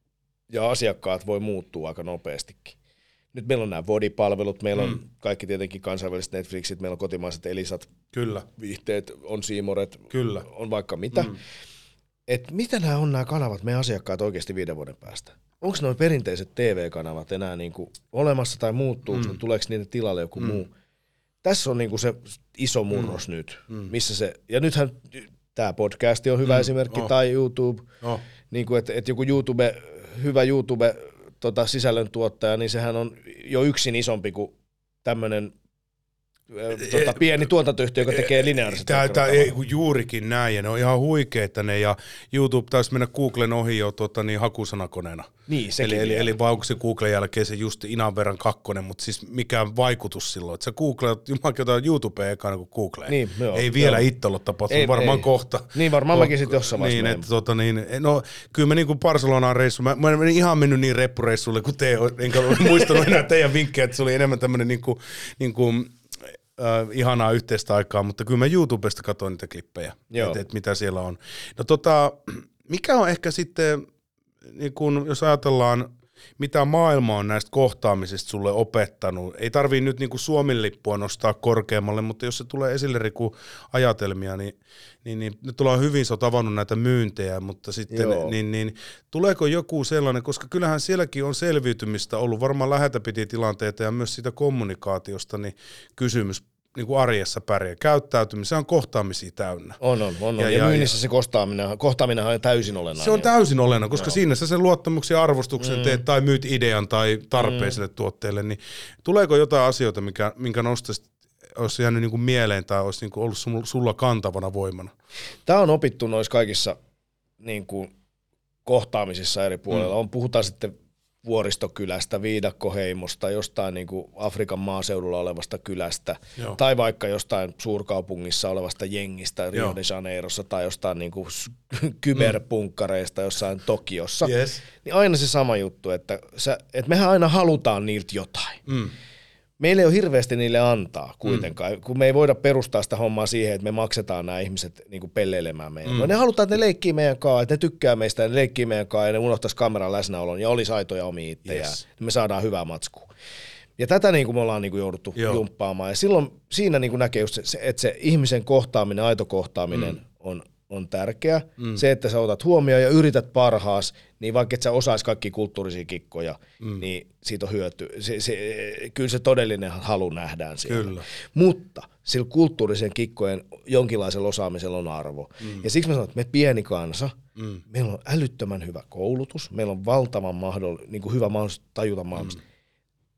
ja asiakkaat voi muuttua aika nopeastikin. Nyt meillä on nämä Vodi-palvelut, meillä on Mm. kaikki tietenkin kansainväliset Netflixit, meillä on kotimaiset Elisat, Kyllä, viihteet, on Seamoret, kyllä. on vaikka mitä. Mm. Et mitä nämä on nämä kanavat, meidän asiakkaat oikeasti viiden vuoden päästä? Onko nuo perinteiset T V-kanavat enää niinku olemassa tai muuttuu, mm. tuleeko niiden tilalle joku mm. muu? Tässä on niinku se iso murros mm. nyt, Mm. missä se, ja nythän tämä podcast on hyvä Mm. esimerkki, Oh. tai YouTube, Oh. niinku että et joku YouTube, hyvä YouTube tota, sisällöntuottaja, niin sehän on jo yksin isompi kuin tämmöinen tota, pieni tuotantoyhtiö, joka tekee lineaariset. Tää, tää, ei, juurikin näin, ja ne on ihan huikeita ne, ja YouTube taisi mennä Googlen ohi jo tota, niin, hakusanakoneena. Niin, sekin eli, eli, vielä. eli vai onko se Googlen jälkeen se just inan verran kakkonen, mutta siis mikään vaikutus silloin, että sä googleat, jumakin jotain YouTubea ekana kuin Googleen. Niin, joo, ei vielä joo. itse ollut tapahtunut, Ei, varmaan ei. kohta. Niin, varmaan Ko- mäkin sitten jossain vaiheessa Niin, menen. että tota niin, no kyllä mä niinku Barcelonaan reissu, mä, mä en ihan mennyt niin reppureissulle kuin te, enkä muistanut enää teidän vinkkejä, että se oli enemmän tämmönen niinku, niinku Äh, ihanaa yhteistä aikaa, mutta kyllä mä YouTubesta katsoin niitä klippejä, että et mitä siellä on. No tota, mikä on ehkä sitten, niin kun, jos ajatellaan, mitä maailma on näistä kohtaamisista sulle opettanut, ei tarvii nyt niin kuin Suomen lippua nostaa korkeammalle, mutta jos se tulee esille Riku ajatelmia, niin, niin, niin nyt ollaan hyvin, sä oot avannut näitä myyntejä, mutta sitten, niin, niin tuleeko joku sellainen, koska kyllähän sielläkin on selviytymistä ollut, varmaan lähetä piti tilanteita ja myös siitä kommunikaatiosta, niin kysymys niin kuin arjessa pärjää. Käyttäytyminen, se on kohtaamisia täynnä. On, on, on. Ja- Ja, ja ja- myynnissä se kohtaaminen, kohtaaminen on täysin olennainen. Se on täysin olennainen, koska Joo. siinä sä sen luottamuksen ja arvostuksen mm. teet tai myyt idean tai tarpeen sille tuotteelle, niin tuleeko jotain asioita, mikä, minkä nostaisit, olisi jäänyt niin kuin mieleen tai olisi niin kuin ollut sulla- sulla kantavana voimana? Tämä on opittu noissa kaikissa niin kuin, kohtaamisissa eri puolilla. Mm. On, puhutaan sitten vuoristokylästä, viidakkoheimosta, jostain niin kuin Afrikan maaseudulla olevasta kylästä, Joo. tai vaikka jostain suurkaupungissa olevasta jengistä Rio Joo. de Janeirossa, tai jostain niin kuin kyberpunkkareista jossain Tokiossa. Yes. Niin aina se sama juttu, että, sä, että mehän aina halutaan niiltä jotain. Mm. Meillä ei ole hirveästi niille antaa kuitenkaan, mm. kun me ei voida perustaa sitä hommaa siihen, että me maksetaan nämä ihmiset niin kuin pelleilemään meidän. Mm. No ne halutaan, että ne leikkii meidän kanssa, että ne tykkää meistä, ja ne leikkii meidän kanssa, ja ne unohtaisi kameran läsnäolon, ja olisi aitoja omia itsejään. Yes. Me saadaan hyvää matskua. Ja tätä niin kuin me ollaan niin kuin jouduttu Joo. jumppaamaan. Ja silloin siinä niin kuin näkee just se, että se ihmisen kohtaaminen, aito kohtaaminen mm. on, on tärkeä. Mm. Se, että sä otat huomioon ja yrität parhaas, niin vaikka et sä osais kaikki kulttuurisia kikkoja, mm. niin siitä on hyöty. Se, se, kyllä se todellinen halu nähdään siellä. Kyllä. Mutta sillä kulttuurisen kikkojen jonkinlaisella osaamisella on arvo. Mm. Ja siksi mä sanon, että me pieni kansa, mm. meillä on älyttömän hyvä koulutus, meillä on valtavan mahdoll, niin kuin hyvä mahdollisuus tajuta maailmasta. Mm.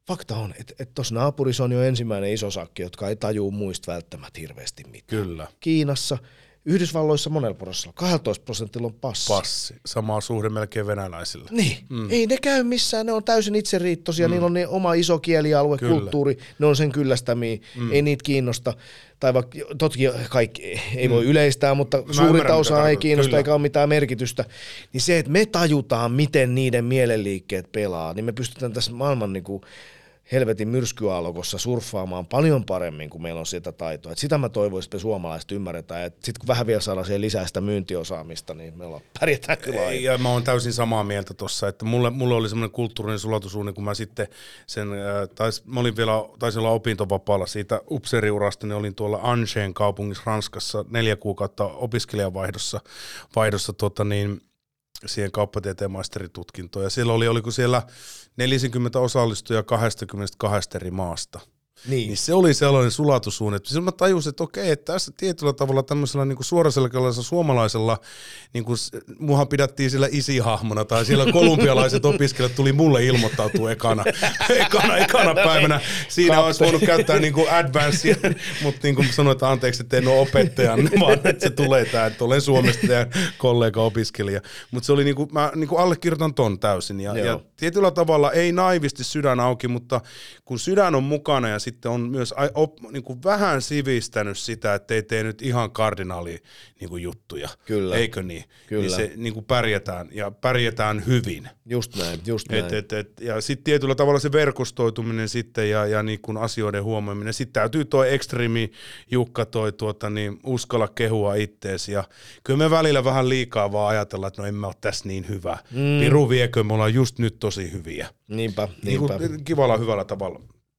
fakta on, että et tuossa naapurissa on jo ensimmäinen iso sakki, jotka ei tajuu muista välttämättä hirveästi mitään. Kyllä. Kiinassa, Yhdysvalloissa monella prosentilla, kaksitoista prosentilla on passi. Passi. Sama suhde melkein venäläisillä. Niin, mm. ei ne käy missään, ne on täysin itseriittoisia, mm. niillä on ne oma iso kielialue, Kyllä. kulttuuri, ne on sen kyllästämiä, mm. ei niitä kiinnosta. Tai vaikka, toki kaikki ei mm. voi yleistää, mutta Mä suurinta osaa ei kiinnosta Kyllä. eikä ole mitään merkitystä. Niin se, että me tajutaan, miten niiden mielenliikkeet pelaa, niin me pystytään tässä maailman niin kuin helvetin myrskyaallokossa surffaamaan paljon paremmin, kuin meillä on sitä taitoa. Et sitä mä toivoisin, että me suomalaiset ymmärretään. Sitten kun vähän vielä saadaan siihen lisää sitä myyntiosaamista, niin me ollaan pärjätään kyllä aina. Ja mä oon täysin samaa mieltä tossa, että mulle, mulle oli semmoinen kulttuurinen sulatusuuni, kun mä sitten sen, tais, mä olin vielä, taisin olla opintovapaalla siitä upseeriurasta, niin olin tuolla Angers kaupungissa Ranskassa neljä kuukautta opiskelijavaihdossa vaihdossa, tota niin, siihen kauppatieteen maisteritutkintoon. Ja siellä oli, oliko siellä neljäkymmentä osallistujaa kaksikymmentäkaksi eri maasta. Niin. niin se oli sellainen sulatusuuni, että mä tajusin, että okei, että tässä tietyllä tavalla tämmöisellä niin kuin suoraselkäisellä suomalaisella, niin kuin muhan pidettiin sillä isihahmona, tai siellä kolumbialaiset opiskelijat tuli mulle ilmoittautua ekana, ekana, ekana päivänä. Siinä Kappe. Olisi voinut käyttää niin kuin advancea, mutta niin kuin sanoin, että anteeksi, että en ole opettajan, vaan että se tulee tämä, että olen Suomesta ja kollega opiskelija. Mutta se oli niin kuin, mä niin kuin allekirjoitan ton täysin. Ja, ja tietyllä tavalla ei naivisti sydän auki, mutta kun sydän on mukana ja sitten on myös op, niin kuin vähän sivistänyt sitä, että ei tee nyt ihan kardinaali niin kuin juttuja. Kyllä. Eikö niin? Kyllä. Niin se niin kuin pärjätään ja pärjätään hyvin. Just näin, just näin. Et, et, et, ja sitten tietyllä tavalla se verkostoituminen sitten ja, ja niin kuin asioiden huomioiminen. Sitten täytyy toi ekstremi Jukka toi tuota, niin uskalla kehua itteesi. Ja kyllä me välillä vähän liikaa vaan ajatellaan, että no en mä ole tässä niin hyvä. Mm. Piru viekö, me ollaan just nyt tosi hyviä. Niinpä, niinpä. Niin kuin kivalla hyvällä tavalla.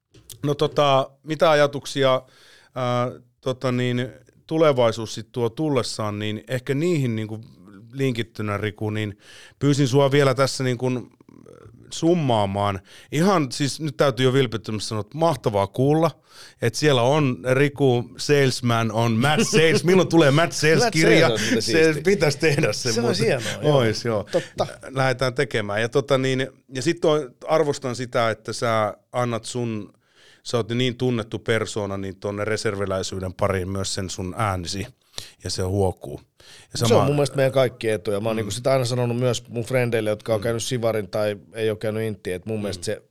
No tota, mitä ajatuksia ää, tota niin, tulevaisuus sit tuo tullessaan, niin ehkä niihin niin kuin linkittynä, Riku, niin pyysin sua vielä tässä niin kuin summaamaan. Ihan siis nyt täytyy jo vilpittömästi sanoa, että mahtavaa kuulla, että siellä on Riku Salesman, on Mad Sales. Milloin tulee Mad Sales-kirja? Se pitäisi tehdä se. Se on hienoa. Ois, joo. Totta. Lähdetään tekemään. Ja, tota niin, ja sitten arvostan sitä, että sä annat sun, sä oot niin tunnettu persoona, niin tuonne reserviläisyyden pariin myös sen sun äänisi. Ja se huokuu. Ja sama... Se on mun mielestä meidän kaikki etu. Ja mä oon mm. niin sitä aina sanonut myös mun frendeille, jotka on käynyt Sivarin tai ei ole käynyt Intti, että mun mm. mielestä se,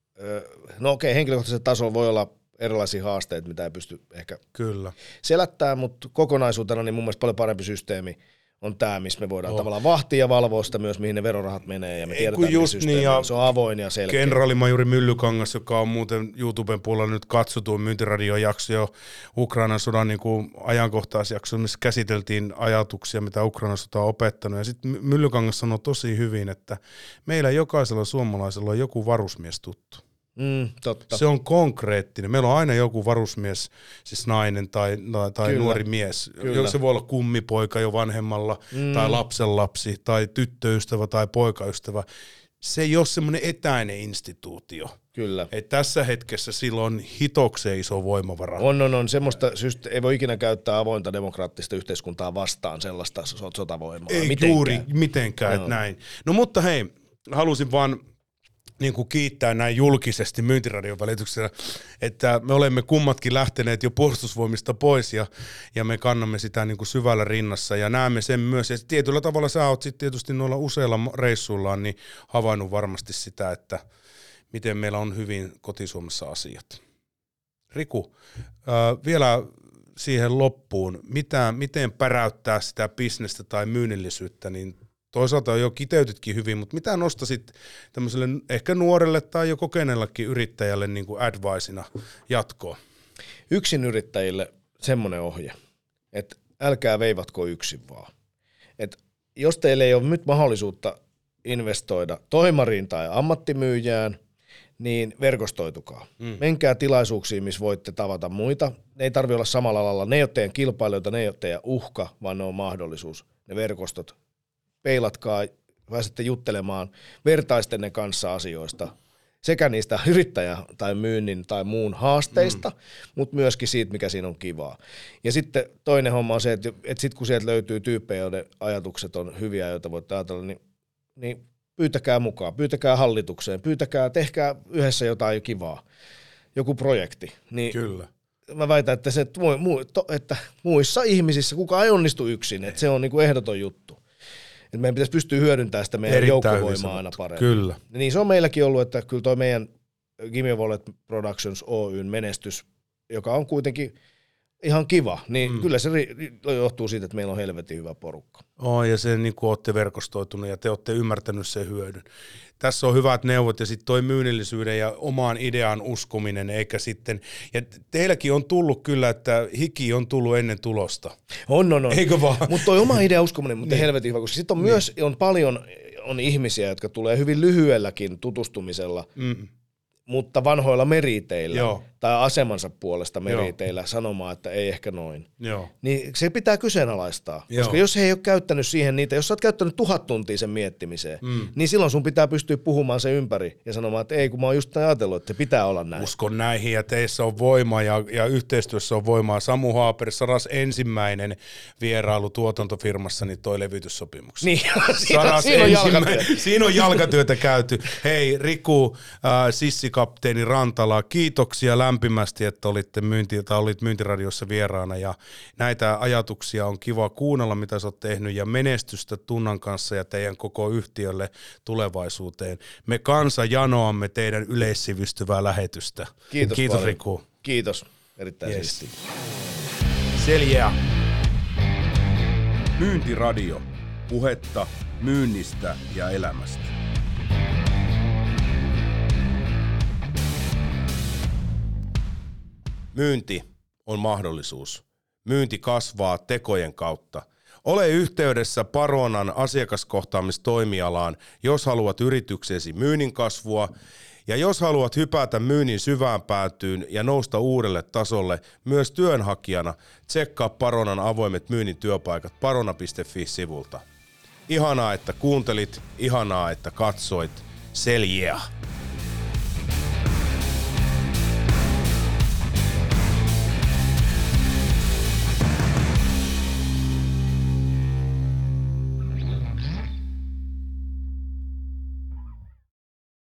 no okei, henkilökohtaisella tasolla voi olla erilaisia haasteita, mitä ei pysty ehkä Kyllä. selättämään, mutta kokonaisuutena niin mun mielestä paljon parempi systeemi on tämä, missä me voidaan oh. tavallaan vahtia ja valvoa sitä myös, mihin ne verorahat menee, ja me tiedetään, just systeemi niin, se on avoin ja selkeä. Kenraalimajuri Myllykangas, joka on muuten YouTuben puolella nyt katsotuin myyntiradiojakso jo Ukrainan sodan niin kuin ajankohtaisjakso, missä käsiteltiin ajatuksia, mitä Ukrainan sota on opettanut, ja sitten Myllykangas sanoi tosi hyvin, että meillä jokaisella suomalaisella on joku varusmies tuttu. Mm, totta. Se on konkreettinen. Meillä on aina joku varusmies, siis nainen tai, tai nuori mies. Kyllä. Se voi olla kummipoika jo vanhemmalla, mm. tai lapsenlapsi, tai tyttöystävä tai poikaystävä. Se ei ole semmoinen etäinen instituutio. Kyllä. Et tässä hetkessä sillä on hitokseen iso voimavara. On, on, on. Semmoista syste- ei voi ikinä käyttää avointa demokraattista yhteiskuntaa vastaan sellaista sotavoimaa. Ei mitenkään. juuri mitenkään, no. näin. No mutta hei, halusin vaan niin kuin kiittää näin julkisesti Myyntiradion välityksellä, että me olemme kummatkin lähteneet jo puolustusvoimista pois ja, ja me kannamme sitä niin kuin syvällä rinnassa ja näemme sen myös. Ja tietyllä tavalla sä oot sitten tietysti noilla useilla reissuillaan niin havainnut varmasti sitä, että miten meillä on hyvin kotisuomessa asiat. Riku, äh, vielä siihen loppuun, mitä, miten päräyttää sitä bisnestä tai myynnillisyyttä, niin toisaalta jo kiteytytkin hyvin, mutta mitä nostasit tämmöiselle ehkä nuorelle tai jo kokeneellekin yrittäjälle niin kuin adviceina jatkoon? Yksin yrittäjille semmoinen ohje, että älkää veivatko yksin vaan. Et jos teillä ei ole nyt mahdollisuutta investoida toimariin tai ammattimyyjään, niin verkostoitukaa. Mm. Menkää tilaisuuksiin, missä voitte tavata muita. Ne ei tarvitse olla samalla alalla. Ne ei ole teidän kilpailijoita, ne ei ole teidän uhka, vaan ne on mahdollisuus. Ne verkostot. Peilatkaa, pääsette juttelemaan vertaistenne kanssa asioista, sekä niistä yrittäjä- tai myynnin tai muun haasteista, mm. mutta myöskin siitä, mikä siinä on kivaa. Ja sitten toinen homma on se, että, että sitten kun sieltä löytyy tyyppejä, joiden ajatukset on hyviä, joita voit ajatella, niin, niin pyytäkää mukaan, pyytäkää hallitukseen, pyytäkää, tehkää yhdessä jotain kivaa, joku projekti. Niin Kyllä. Mä väitän, että, se, että muissa ihmisissä kukaan ei onnistu yksin, että se on niin kuin ehdoton juttu. Että meidän pitäisi pystyä hyödyntämään sitä meidän Erittäin joukkovoimaa aina paremmin. Kyllä. Niin se on meilläkin ollut, että kyllä toi meidän Gimme Wallet Productions Oyn menestys, joka on kuitenkin ihan kiva, niin mm. kyllä se johtuu siitä, että meillä on helvetin hyvä porukka. Oh, ja se niin kuin olette verkostoitunut ja te olette ymmärtänyt sen hyödyn. Tässä on hyvät neuvot ja sitten toi myynnillisyyden ja omaan ideaan uskominen, eikä sitten, ja teilläkin on tullut kyllä, että hiki on tullut ennen tulosta. On, on, on. Eikö vaan? Mutta toi oma idea uskominen, mutta niin. helvetin hyvä, koska sitten on niin. myös on paljon on ihmisiä, jotka tulee hyvin lyhyelläkin tutustumisella, mm. mutta vanhoilla meriteillä Joo. tai asemansa puolesta meriteillä Joo. sanomaan, että ei ehkä noin. Joo. Niin se pitää kyseenalaistaa, Joo. koska jos he ei ole käyttänyt siihen niitä, jos sä oot käyttänyt tuhat tuntia sen miettimiseen, mm. niin silloin sun pitää pystyä puhumaan se ympäri ja sanomaan, että ei, kun mä oon just ajatellut, että pitää olla näin. Uskon näihin ja teissä on voimaa ja, ja yhteistyössä on voimaa. Samu Haaper, Saras ensimmäinen vierailu tuotantofirmassani toi levytyssopimuksessa. Niin, siinä, Saras siinä, on jalkatyötä. siinä on jalkatyötä käyty. Hei Riku, äh, sissikapteeni Rantala, kiitoksia lämpimästi, että olitte myynti, tai olit Myyntiradiossa vieraana ja näitä ajatuksia on kiva kuunnella, mitä sä oot tehnyt ja menestystä Tunnan kanssa ja teidän koko yhtiölle tulevaisuuteen. Me kansa janoamme teidän yleissivystyvää lähetystä. Kiitos, Kiitos Riku. Kiitos, erittäin yes. siistiä. Seljeä. Myyntiradio. Puhetta myynnistä ja elämästä. Myynti on mahdollisuus. Myynti kasvaa tekojen kautta. Ole yhteydessä Paronan asiakaskohtaamistoimialaan, jos haluat yrityksesi myynnin kasvua ja jos haluat hypätä myynnin syvään päätyyn ja nousta uudelle tasolle myös työnhakijana, tsekkaa Paronan avoimet myynnin työpaikat parona piste fi-sivulta. Ihanaa, että kuuntelit, ihanaa, että katsoit. Seljeä!